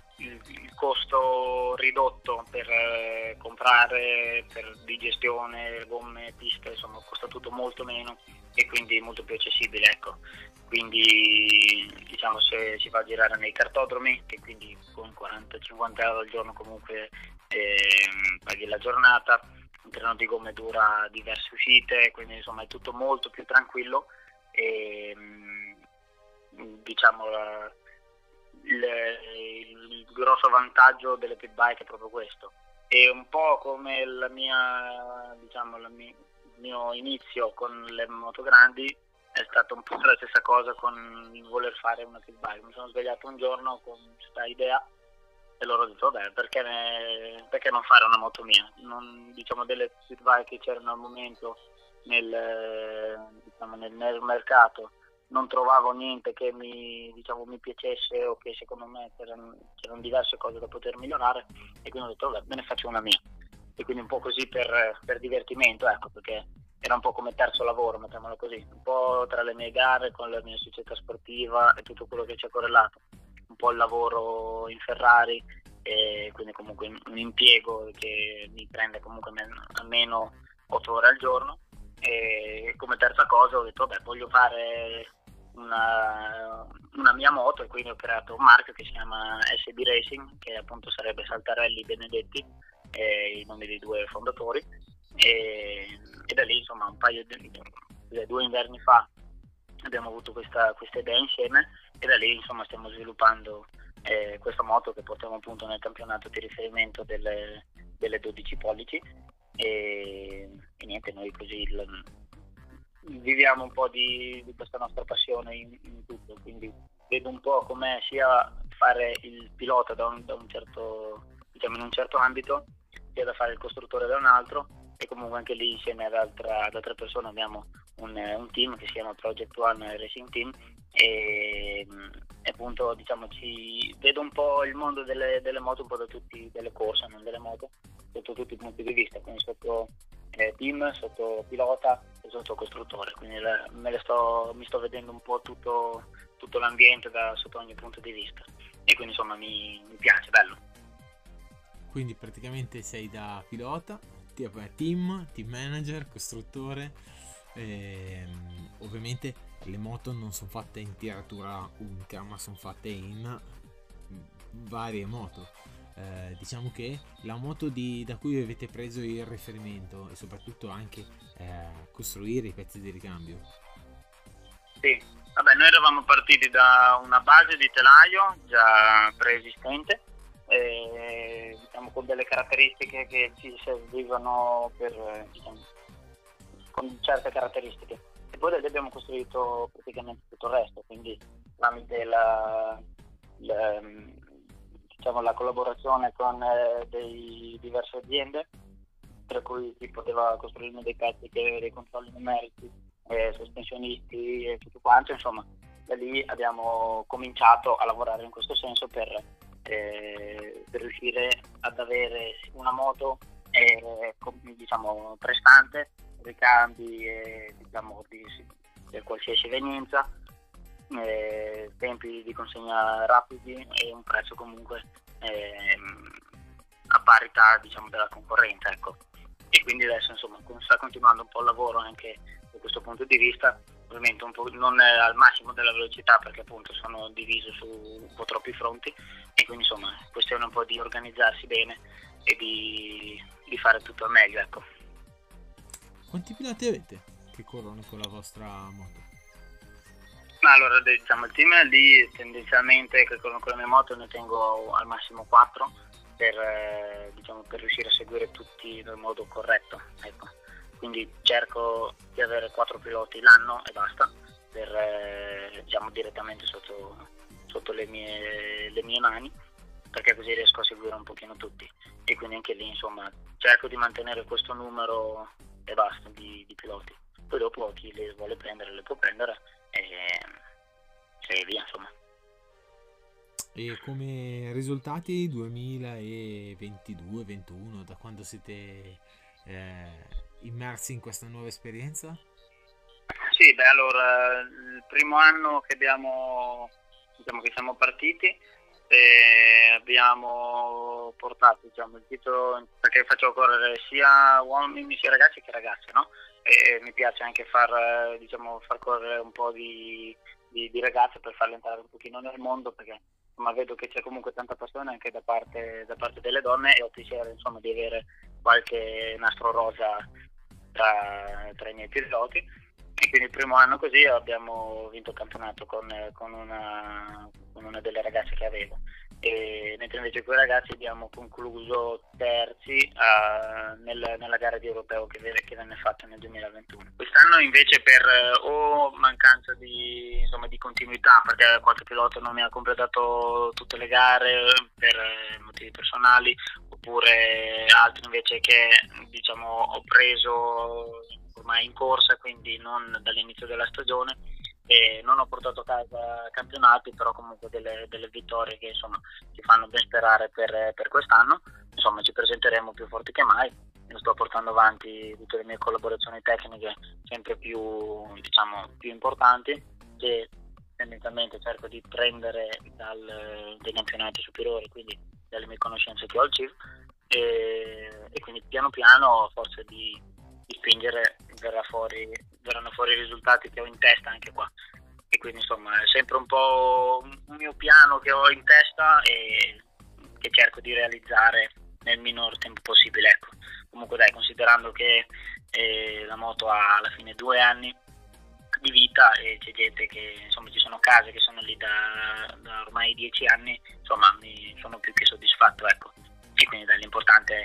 costo ridotto per comprare, di gestione, gomme, piste, insomma costa tutto molto meno e quindi molto più accessibile, ecco. Quindi diciamo se si va a girare nei cartodromi, che quindi con 40-50 euro al giorno comunque paghi la giornata, un treno di gomme dura diverse uscite, quindi insomma è tutto molto più tranquillo, e diciamo il grosso vantaggio delle pit bike è proprio questo. E un po' come il mio inizio con le moto grandi è stato un po' la stessa cosa con il voler fare una pit bike. Mi sono svegliato un giorno con questa idea e loro ho detto vabbè, perché non fare una moto mia? Diciamo delle pit bike che c'erano al momento nel mercato, non trovavo niente che mi piacesse o che secondo me c'erano diverse cose da poter migliorare, e quindi ho detto vabbè, me ne faccio una mia, e quindi un po' così per divertimento, ecco, perché era un po' come terzo lavoro, mettiamolo così, un po' tra le mie gare con la mia società sportiva e tutto quello che ci è correlato, un po' il lavoro in Ferrari, e quindi comunque un impiego che mi prende comunque almeno 8 ore al giorno. E come terza cosa ho detto vabbè, voglio fare una mia moto, e quindi ho creato un marchio che si chiama SB Racing, che appunto sarebbe Saltarelli Benedetti, i nomi dei due fondatori, e da lì insomma un paio di 2 inverni fa abbiamo avuto questa idea insieme, e da lì insomma stiamo sviluppando questa moto che portiamo appunto nel campionato di riferimento delle 12 pollici e niente, noi così viviamo un po' di questa nostra passione in tutto, quindi vedo un po' come sia fare il pilota da un certo, diciamo, in un certo ambito, sia da fare il costruttore da un altro, e comunque anche lì insieme ad altre persone abbiamo un team che si chiama Project One Racing Team e appunto diciamo vedo un po' il mondo delle moto un po' delle corse, non delle moto, sotto tutti i punti di vista, quindi sotto team, sotto pilota e sotto costruttore, quindi mi sto vedendo un po' tutto l'ambiente sotto ogni punto di vista, e quindi insomma mi piace, bello. Quindi praticamente sei da pilota, team manager, costruttore. Ovviamente le moto non sono fatte in tiratura unica, ma sono fatte in varie moto. Diciamo che la moto da cui avete preso il riferimento e soprattutto anche costruire i pezzi di ricambio. Sì, vabbè, noi eravamo partiti da una base di telaio già preesistente, diciamo con delle caratteristiche che ci servivano con certe caratteristiche, e poi abbiamo costruito praticamente tutto il resto, quindi tramite la collaborazione con diverse aziende, per cui si poteva costruire dei pezzi che avevano dei controlli numerici, sospensionisti e tutto quanto, insomma da lì abbiamo cominciato a lavorare in questo senso per riuscire ad avere una moto diciamo prestante, ricambi diciamo di qualsiasi evenienza, tempi di consegna rapidi e un prezzo comunque a parità diciamo della concorrenza, ecco. E quindi adesso insomma sta continuando un po' il lavoro anche da questo punto di vista, ovviamente un po' non al massimo della velocità, perché appunto sono diviso su un po' troppi fronti, e quindi insomma è questione un po' di organizzarsi bene e di fare tutto al meglio, ecco. Quanti piloti avete che corrono con la vostra moto? Ma allora diciamo il team lì tendenzialmente che con le mie moto ne tengo al massimo 4 per riuscire a seguire tutti nel modo corretto, ecco. Quindi cerco di avere 4 piloti l'anno e basta, per direttamente sotto le mie mani, perché così riesco a seguire un pochino tutti, e quindi anche lì insomma cerco di mantenere questo numero e basta di piloti. Poi dopo chi le vuole prendere le può prendere e via, insomma. E come risultati 2022-21, da quando siete immersi in questa nuova esperienza? Sì, beh, allora il primo anno che siamo partiti, abbiamo portato il titolo, perché faccio correre sia uomini sia ragazzi che ragazze, no? E mi piace anche far correre un po' di ragazze per farle entrare un pochino nel mondo, perché insomma vedo che c'è comunque tanta passione anche da parte delle donne, e ho piacere insomma di avere qualche nastro rosa tra i miei piloti. E quindi il primo anno così abbiamo vinto il campionato con una delle ragazze che avevo, e mentre invece con i ragazzi abbiamo concluso terzi nella gara di europeo che venne fatta nel 2021. Quest'anno invece per o mancanza di continuità, perché qualche pilota non mi ha completato tutte le gare per motivi personali, oppure altri invece che ho preso ormai in corsa, quindi non dall'inizio della stagione, e non ho portato a casa campionati, però comunque delle vittorie che insomma ci fanno ben sperare per quest'anno. Insomma ci presenteremo più forti che mai, io sto portando avanti tutte le mie collaborazioni tecniche sempre più importanti, che tendenzialmente cerco di prendere dai campionati superiori, quindi dalle mie conoscenze che ho al CIV, e quindi piano piano a forza di spingere verranno fuori i risultati che ho in testa anche qua, e quindi insomma è sempre un po' un mio piano che ho in testa e che cerco di realizzare nel minor tempo possibile, ecco. Comunque dai, considerando che la moto ha alla fine 2 anni di vita, e c'è gente che insomma ci sono case che sono lì da ormai 10 anni, insomma mi sono più che soddisfatto, ecco. E quindi dai, l'importante è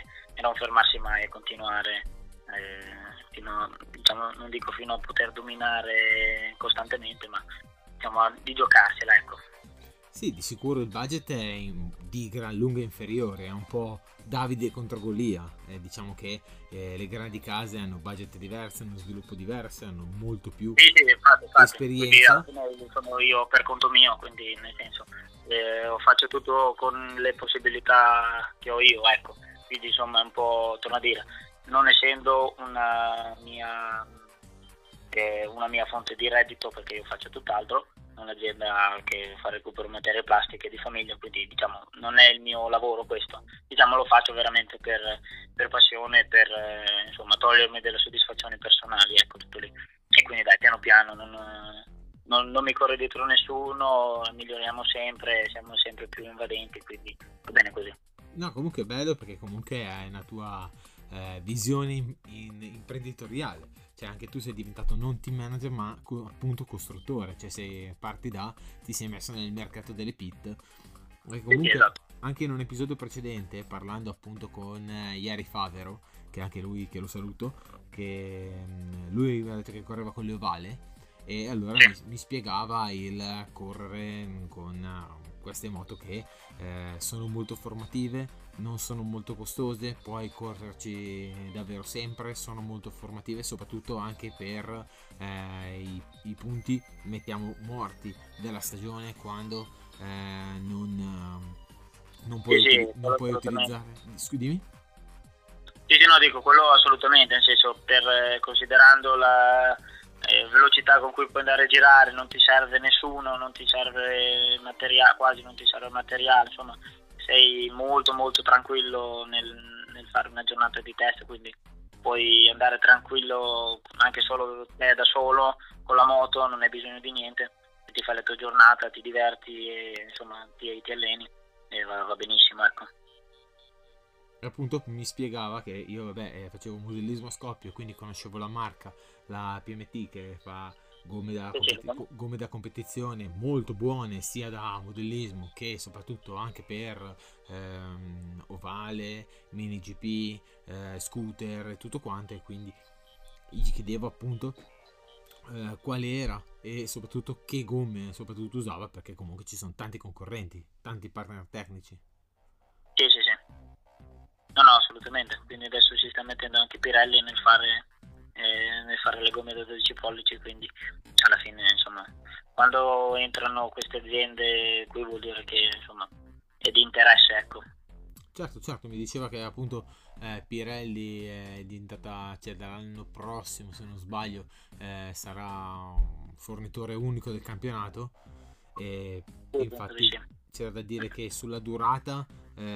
non fermarsi mai e continuare diciamo, non dico fino a poter dominare costantemente, ma diciamo di giocarsela, ecco. Sì, di sicuro il budget è di gran lunga inferiore, è un po' Davide contro Golia. Diciamo che le grandi case hanno budget diversi, hanno sviluppo diverso, hanno molto più Sì, infatti, esperienza. Sono io per conto mio, quindi nel senso faccio tutto con le possibilità che ho io, ecco. Quindi insomma è un po', torno a dire, non essendo una mia fonte di reddito, perché io faccio tutt'altro, un'azienda che fa recupero materie plastiche di famiglia, quindi diciamo non è il mio lavoro questo, diciamo lo faccio veramente per passione, per insomma togliermi delle soddisfazioni personali, ecco, tutto lì. E quindi dai, piano piano non mi corre dietro nessuno, miglioriamo sempre, siamo sempre più invadenti, quindi va bene così. No, comunque è bello perché comunque hai una tua visione imprenditoriale. Cioè anche tu sei diventato non team manager ma appunto costruttore, cioè se parti ti sei messo nel mercato delle pit. E comunque Sì, esatto. anche in un episodio precedente, parlando appunto con Ieri Favero, che anche lui, che lo saluto, che lui mi ha detto che correva con le ovale, e allora mi spiegava il correre con queste moto che sono molto formative, non sono molto costose, puoi correrci davvero sempre, sono molto formative, soprattutto anche per i punti, mettiamo, morti della stagione, quando non puoi utilizzare. Scusami? Sì, no, dico quello assolutamente, nel senso, considerando la velocità con cui puoi andare a girare, non ti serve nessuno, non ti serve materiale, quasi non ti serve materiale, insomma sei molto molto tranquillo nel fare una giornata di test, quindi puoi andare tranquillo anche solo te da solo con la moto, non hai bisogno di niente, ti fai la tua giornata, ti diverti e insomma ti alleni e va benissimo, ecco. E appunto mi spiegava che io facevo modellismo a scoppio, quindi conoscevo la marca, la PMT, che fa gomme da competizione molto buone sia da modellismo che soprattutto anche per ovale, mini GP, scooter e tutto quanto, e quindi gli chiedevo appunto quale era e soprattutto che gomme soprattutto usava, perché comunque ci sono tanti concorrenti, tanti partner tecnici. Sì. No, assolutamente. Quindi adesso si sta mettendo anche Pirelli nel fare le gomme da 12 pollici, quindi alla fine, insomma, quando entrano queste aziende qui vuol dire che, insomma, è di interesse, ecco. Certo, mi diceva che appunto Pirelli è diventata, cioè dall'anno prossimo se non sbaglio, sarà un fornitore unico del campionato, e infatti Sì. c'era da dire che sulla durata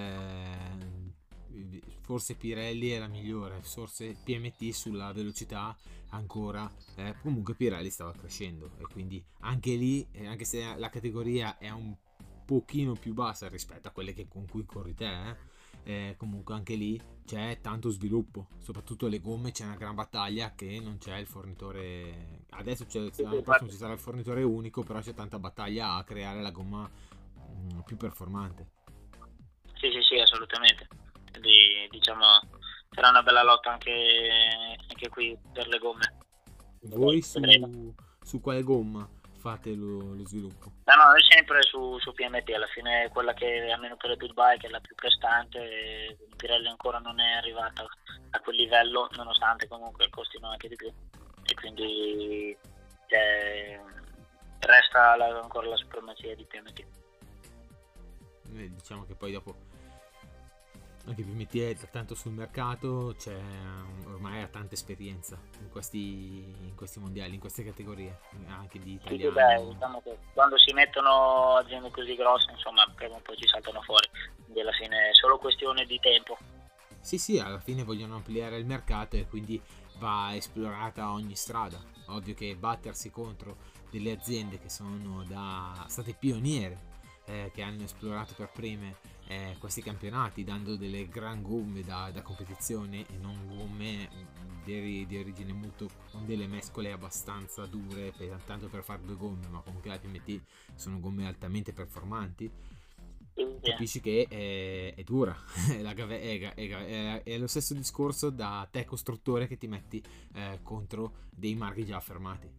forse Pirelli è la migliore, forse PMT sulla velocità ancora, comunque Pirelli stava crescendo, e quindi anche lì, anche se la categoria è un pochino più bassa rispetto a quelle con cui corri te, comunque anche lì c'è tanto sviluppo, soprattutto le gomme, c'è una gran battaglia che non c'è il fornitore. Adesso l'anno prossimo ci sarà il fornitore unico, però c'è tanta battaglia a creare la gomma più performante. Sì, assolutamente. Quindi diciamo sarà una bella lotta anche qui per le gomme. Voi su quale gomma fate lo sviluppo? No, noi sempre su PMT, alla fine è quella che almeno per le big bike è la più prestante, e Pirelli ancora non è arrivata a quel livello, nonostante comunque costino anche di più, e quindi resta ancora la supremazia di PMT. Diciamo che poi dopo anche PMT è tanto sul mercato, ormai ha tanta esperienza in questi mondiali, in queste categorie, anche di italiano. Sì, diciamo che quando si mettono aziende così grosse, insomma, prima o poi ci saltano fuori, quindi alla fine è solo questione di tempo. Sì, alla fine vogliono ampliare il mercato e quindi va esplorata ogni strada. Ovvio che battersi contro delle aziende che sono state pioniere, che hanno esplorato per prime questi campionati, dando delle gran gomme da competizione e non gomme di origine molto, con delle mescole abbastanza dure tanto per fare due gomme, ma comunque la PMT sono gomme altamente performanti. capisci che è dura. È lo stesso discorso da te costruttore che ti metti contro dei marchi già affermati.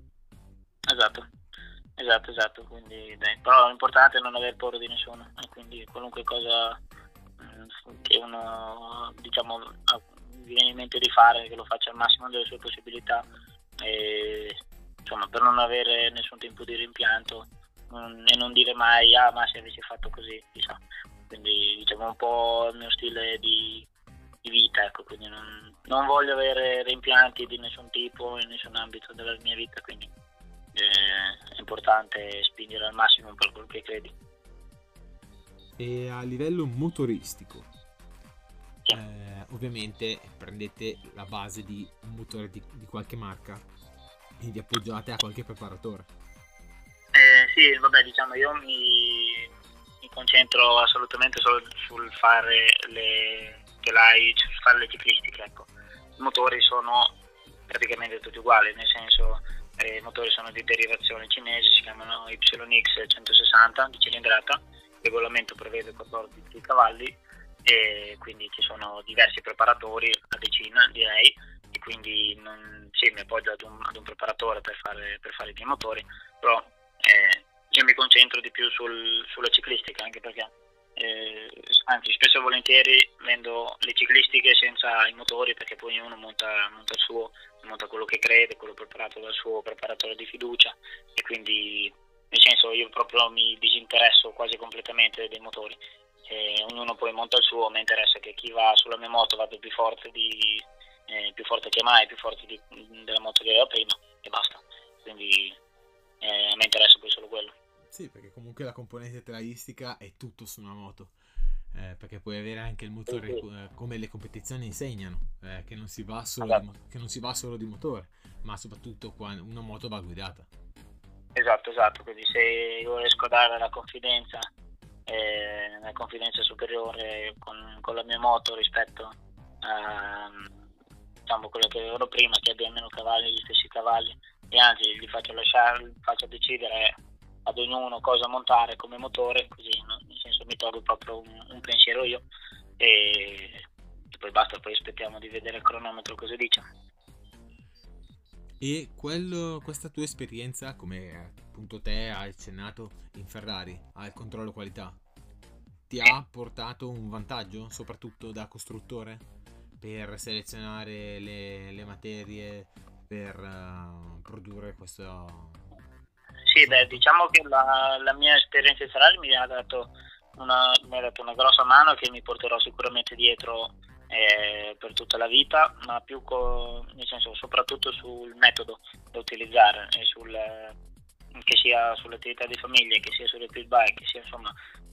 Esatto, quindi dai, però l'importante è non aver paura di nessuno, e quindi qualunque cosa che uno diciamo viene in mente di fare, che lo faccia al massimo delle sue possibilità, e insomma per non avere nessun tipo di rimpianto, e non dire mai ma se avessi fatto così, chissà. Quindi diciamo un po' il mio stile di vita, ecco, quindi non voglio avere rimpianti di nessun tipo in nessun ambito della mia vita, quindi è importante spingere al massimo per quello che credi. E a livello motoristico, Sì. ovviamente prendete la base di un motore di qualche marca e vi appoggiate a qualche preparatore. Sì, vabbè, diciamo io mi concentro assolutamente solo sul fare fare le ciclistiche, ecco. I motori sono praticamente tutti uguali, nel senso i motori sono di derivazione cinese, si chiamano YX 160 di cilindrata, il regolamento prevede 14 cavalli e quindi ci sono diversi preparatori, a decina direi, e quindi mi appoggio ad un preparatore per fare i miei motori, però io mi concentro di più sulla ciclistica, anche perché anzi spesso e volentieri vendo le ciclistiche senza i motori, perché poi ognuno monta il suo, monta quello che crede, quello preparato dal suo preparatore di fiducia, e quindi nel senso io proprio mi disinteresso quasi completamente dei motori, ognuno poi monta il suo. Mi interessa che chi va sulla mia moto vada più forte che mai, più forte della moto che aveva prima, e basta. Quindi a me interessa poi solo quello. Sì, perché comunque la componente trailistica è tutto su una moto, perché puoi avere anche il motore come le competizioni insegnano, che non si va solo che non si va solo di motore, ma soprattutto quando una moto va guidata. Esatto, quindi se io riesco a dare la confidenza superiore con la mia moto rispetto a diciamo quello che avevo prima, che abbia meno cavalli, gli stessi cavalli, e anzi gli faccio decidere ad ognuno cosa montare come motore, così nel senso mi tolgo proprio un pensiero io, e poi basta, poi aspettiamo di vedere il cronometro cosa dice. E questa tua esperienza, come appunto te hai accennato in Ferrari, al controllo qualità, ti ha portato un vantaggio, soprattutto da costruttore, per selezionare le materie, per produrre questo? Sì, beh, diciamo che la mia esperienza in Ferrari mi ha dato una grossa mano, che mi porterò sicuramente dietro per tutta la vita, ma più nel senso soprattutto sul metodo da utilizzare, e che sia sull'attività di famiglia, che sia sulle pit bike, che sia insomma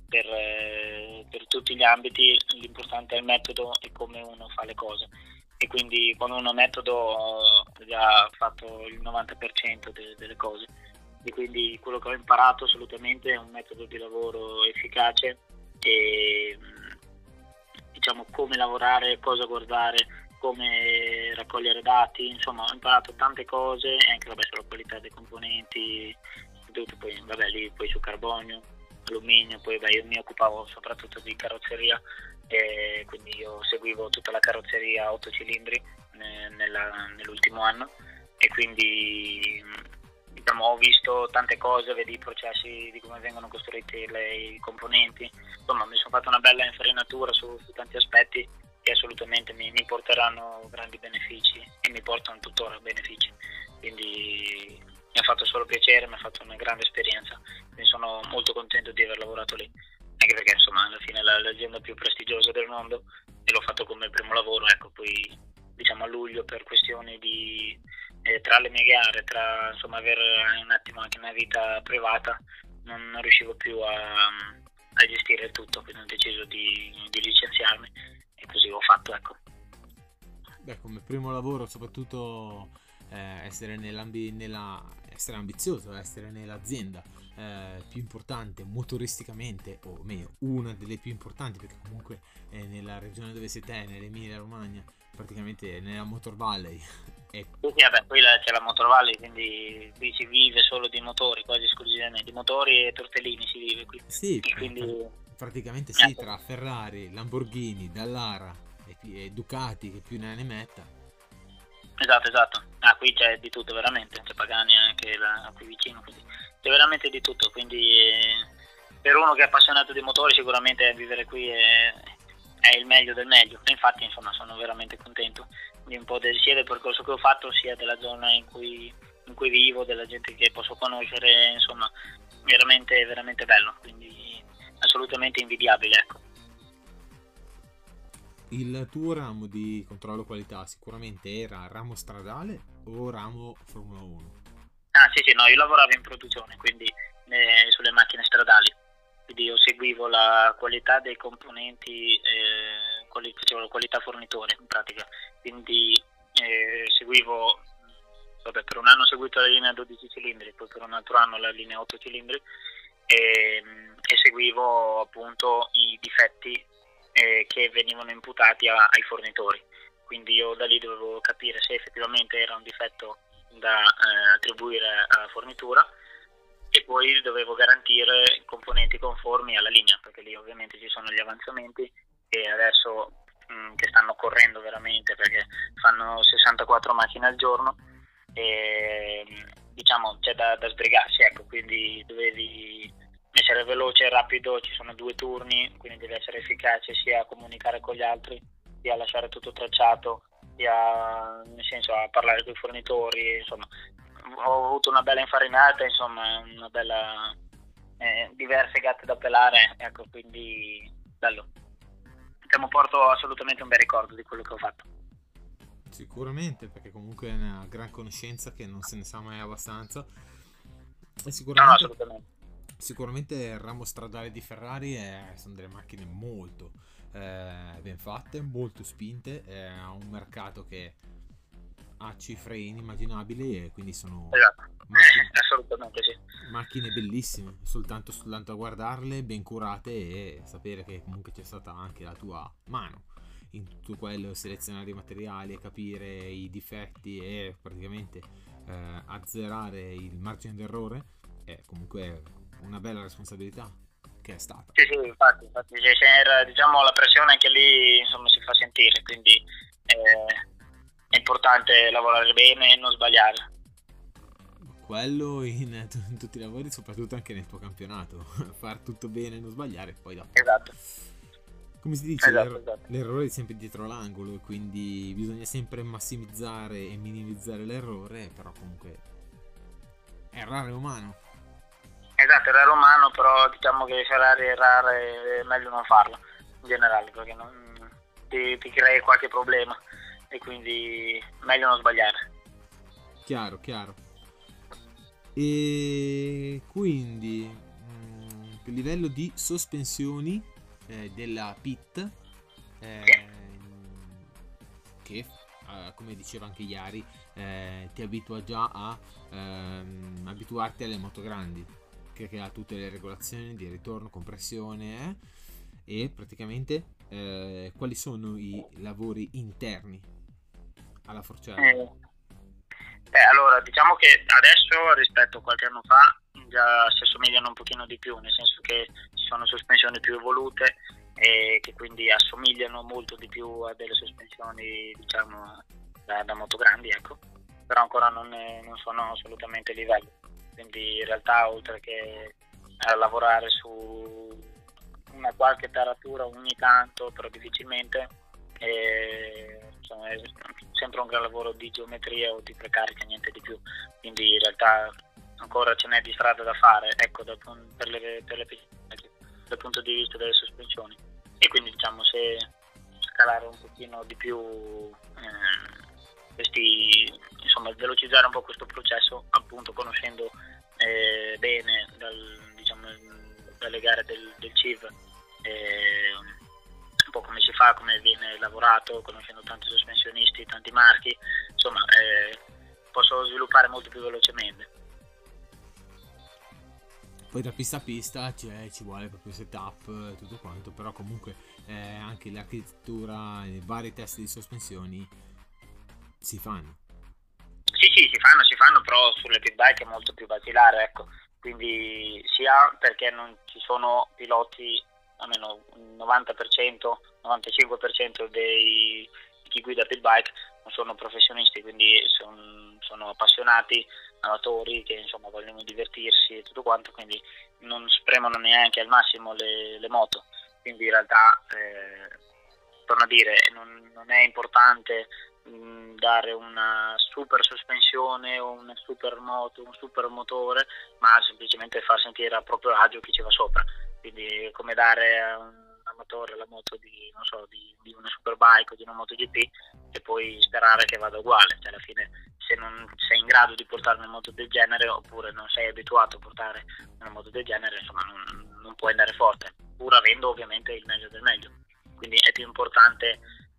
per tutti gli ambiti. L'importante è il metodo e come uno fa le cose, e quindi con un metodo ho già fatto il 90% delle cose, e quindi quello che ho imparato assolutamente è un metodo di lavoro efficace, e diciamo come lavorare, cosa guardare, come raccogliere dati, insomma ho imparato tante cose, anche sulla qualità dei componenti, tutto. Poi lì poi su carbonio, alluminio, poi io mi occupavo soprattutto di carrozzeria, e quindi io seguivo tutta la carrozzeria a 8 cilindri nell'ultimo anno, e quindi diciamo ho visto tante cose, vedi i processi di come vengono costruiti i componenti, insomma mi sono fatto una bella infarinatura su tanti aspetti che assolutamente mi porteranno grandi benefici, e mi portano tuttora benefici, quindi mi ha fatto solo piacere, mi ha fatto una grande esperienza, quindi sono molto contento di aver lavorato lì, anche perché insomma alla fine è l'azienda più prestigiosa del mondo, e l'ho fatto come primo lavoro. Ecco, poi diciamo a luglio, per questioni di tra le mie gare, tra insomma avere un attimo anche una vita privata, non riuscivo più a gestire tutto, quindi ho deciso di licenziarmi, e così ho fatto, ecco. Beh, come primo lavoro soprattutto essere essere ambizioso, essere nell'azienda più importante motoristicamente, o meglio una delle più importanti, perché comunque nella regione dove siete, nell'Emilia Romagna, praticamente nella Motor Valley. Sì, vabbè, poi c'è la Motor Valley, quindi qui si vive solo di motori, quasi esclusivamente di motori e tortellini si vive qui. Sì, quindi praticamente sì, tra Ferrari, Lamborghini, Dallara e Ducati, che più ne metta. Esatto. Qui c'è di tutto veramente, c'è Pagani anche qui vicino, quindi c'è veramente di tutto, quindi per uno che è appassionato di motori sicuramente vivere qui è il meglio del meglio. E infatti insomma sono veramente contento di un po' sia del percorso che ho fatto, sia della zona in cui vivo, della gente che posso conoscere, insomma veramente bello, quindi assolutamente invidiabile, ecco. Il tuo ramo di controllo qualità sicuramente era ramo stradale o ramo Formula 1? Sì, no, io lavoravo in produzione, quindi sulle macchine stradali, quindi io seguivo la qualità dei componenti, facevo la qualità fornitore in pratica, quindi seguivo, per un anno ho seguito la linea 12 cilindri, poi per un altro anno la linea 8 cilindri e seguivo appunto i difetti che venivano imputati ai fornitori, quindi io da lì dovevo capire se effettivamente era un difetto da attribuire alla fornitura e poi dovevo garantire componenti conformi alla linea, perché lì ovviamente ci sono gli avanzamenti e adesso che stanno correndo veramente perché fanno 64 macchine al giorno e diciamo c'è da sbrigarsi, ecco, quindi dovevi essere veloce e rapido, ci sono 2 turni, quindi devi essere efficace sia a comunicare con gli altri, sia a lasciare tutto tracciato, sia nel senso a parlare con i fornitori, insomma ho avuto una bella infarinata, insomma una bella diverse gatte da pelare, ecco, quindi bello. Diciamo, porto assolutamente un bel ricordo di quello che ho fatto. Sicuramente, perché comunque è una gran conoscenza che non se ne sa mai abbastanza. E No, assolutamente. Sicuramente il ramo stradale di Ferrari sono delle macchine molto ben fatte, molto spinte, ha un mercato che ha cifre inimmaginabili e quindi sono assolutamente sì. Macchine bellissime, soltanto a guardarle, ben curate e sapere che comunque c'è stata anche la tua mano in tutto quello, selezionare i materiali, capire i difetti e praticamente azzerare il margine d'errore è comunque una bella responsabilità che è stata. Sì, infatti c'era, diciamo, la pressione anche lì, insomma, si fa sentire, quindi è importante lavorare bene e non sbagliare. Quello in tutti i lavori, soprattutto anche nel tuo campionato, far tutto bene e non sbagliare, poi dopo. Esatto. Come si dice, esatto. l'errore è sempre dietro l'angolo e quindi bisogna sempre massimizzare e minimizzare l'errore, però comunque errare è umano. Esatto, errare umano, però diciamo che Ferrari errare è meglio non farlo in generale, perché ti crei qualche problema e quindi meglio non sbagliare. Chiaro. E quindi il livello di sospensioni della PIT che come diceva anche Iari ti abitua già a abituarti alle moto grandi, che ha tutte le regolazioni di ritorno, compressione e praticamente quali sono i lavori interni alla Forciana? Allora, diciamo che adesso rispetto a qualche anno fa già si assomigliano un pochino di più, nel senso che ci sono sospensioni più evolute e che quindi assomigliano molto di più a delle sospensioni, diciamo, da moto grandi, ecco, però ancora non sono assolutamente a livello, quindi in realtà oltre che a lavorare su una qualche taratura ogni tanto, però difficilmente, insomma, è sempre un gran lavoro di geometria o di precarica, niente di più, quindi in realtà ancora ce n'è di strada da fare, ecco, dal punto di vista delle sospensioni, e quindi diciamo se scalare un pochino di più insomma velocizzare un po' questo processo, appunto conoscendo bene dalle gare del CIV un po' come si fa, come viene lavorato, conoscendo tanti sospensionisti, tanti marchi, insomma posso sviluppare molto più velocemente. Poi da pista a pista ci vuole proprio setup, tutto quanto, però comunque anche l'architettura, i vari test di sospensioni si fanno. Sì, si fanno, però sulle pit bike è molto più basilare, ecco, quindi sia perché non ci sono piloti almeno un 90%, 95% di chi guida pit bike non sono professionisti, quindi sono appassionati, amatori che insomma vogliono divertirsi e tutto quanto, quindi non spremono neanche al massimo le moto, quindi in realtà torno a dire non è importante dare una super sospensione o una super moto, un super motore, ma semplicemente far sentire a proprio agio chi ci va sopra. Quindi è come dare a un amatore la moto di una superbike o di una MotoGP e poi sperare che vada uguale. Cioè, alla fine, se non sei in grado di portare una moto del genere, oppure non sei abituato a portare una moto del genere, insomma non puoi andare forte, pur avendo ovviamente il meglio del meglio. Quindi è più importante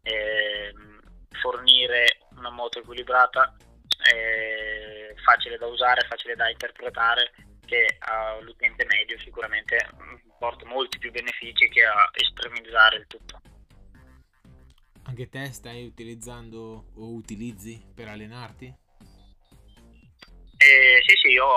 fornire una moto equilibrata, facile da usare, facile da interpretare, che all'utente medio sicuramente porta molti più benefici che a estremizzare il tutto. Anche te stai utilizzando o utilizzi per allenarti? Sì, io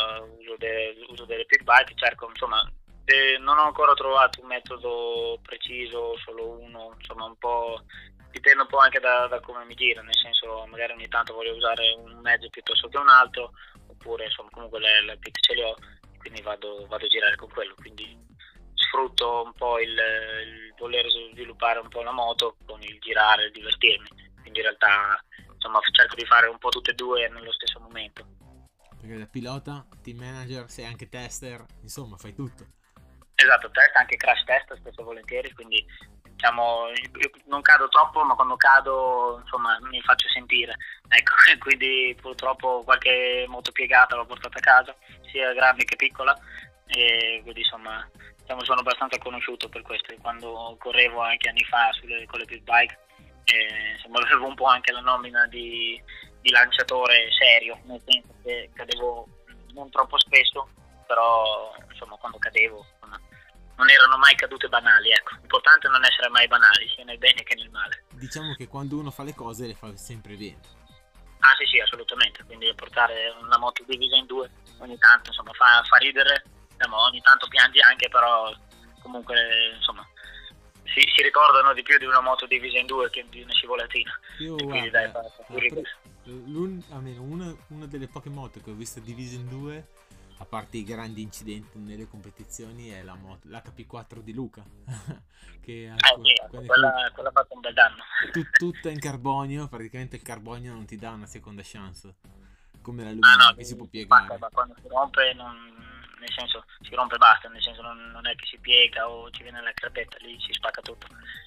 uso delle pit bike, cerco, insomma, non ho ancora trovato un metodo preciso, solo uno, insomma un po', dipende un po' anche da come mi gira, nel senso magari ogni tanto voglio usare un mezzo piuttosto che un altro, oppure insomma comunque le pit ce le ho, quindi vado a girare con quello, quindi sfrutto un po' il voler sviluppare un po' la moto con il girare, il divertirmi, quindi in realtà insomma cerco di fare un po' tutte e due nello stesso momento. Perché da pilota, team manager, sei anche tester, insomma fai tutto. Esatto, test, anche crash test spesso e volentieri, quindi diciamo io non cado troppo, ma quando cado insomma mi faccio sentire, ecco, quindi purtroppo qualche moto piegata l'ho portata a casa, sia grande che piccola, e quindi insomma diciamo, sono abbastanza conosciuto per questo. Quando correvo anche anni fa con le pit bike, insomma avevo un po' anche la nomina di lanciatore serio, nel senso che cadevo non troppo spesso, però insomma quando cadevo insomma, non erano mai cadute banali, ecco. L'importante è non essere mai banali, sia nel bene che nel male. Diciamo che quando uno fa le cose le fa sempre bene. Ah sì, assolutamente, quindi portare una moto divisa in due ogni tanto insomma fa ridere, diciamo, ogni tanto piangi anche, però comunque insomma si ricordano di più di una moto divisa in due che di una scivolatina. Io E quindi guarda, dai, almeno una delle poche moto che ho visto divise in due, a parte i grandi incidenti nelle competizioni, è la moto, l'HP4 di Luca. Che sì, quella ha fatto un bel danno. Tutta in carbonio, praticamente il carbonio non ti dà una seconda chance, come l'alluminio No, che si può si piegare. spacca, ma quando si rompe nel senso si rompe e basta, nel senso non è che si piega o ci viene la crepetta, lì si spacca tutto.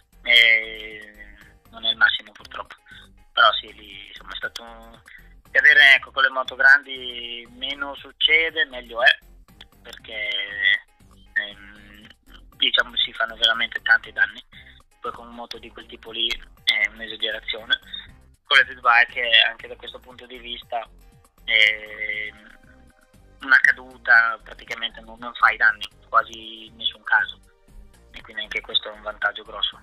E non è il massimo purtroppo, però sì, lì insomma è stato cadere, ecco, con le moto grandi meno succede, meglio è, perché diciamo si fanno veramente tanti danni. Poi con un moto di quel tipo lì è un'esagerazione. Con le pit bike anche da questo punto di vista una caduta praticamente non fai danni, quasi in nessun caso, e quindi anche questo è un vantaggio grosso.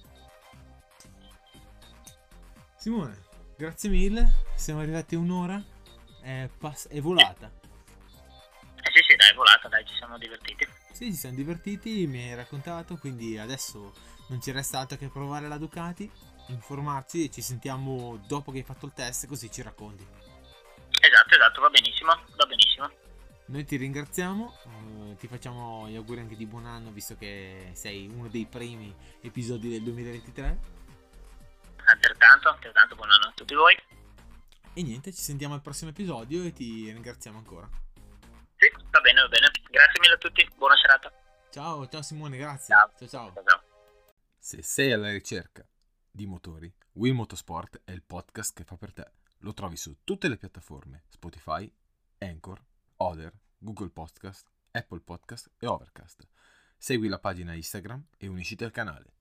Simone, grazie mille, siamo arrivati a un'ora, è volata. Sì, dai, è volata, dai, ci siamo divertiti. Sì, ci siamo divertiti, mi hai raccontato, quindi adesso non ci resta altro che provare la Ducati, informarci e ci sentiamo dopo che hai fatto il test, così ci racconti. Esatto, va benissimo. Noi ti ringraziamo, ti facciamo gli auguri anche di buon anno, visto che sei uno dei primi episodi del 2023. Altrettanto, buon anno a tutti voi. E niente, ci sentiamo al prossimo episodio e ti ringraziamo ancora. Sì, va bene. Grazie mille a tutti, buona serata. Ciao Simone, grazie. Ciao. Se sei alla ricerca di motori, Will Motorsport è il podcast che fa per te. Lo trovi su tutte le piattaforme: Spotify, Anchor, Other, Google Podcast, Apple Podcast e Overcast. Segui la pagina Instagram e unisciti al canale.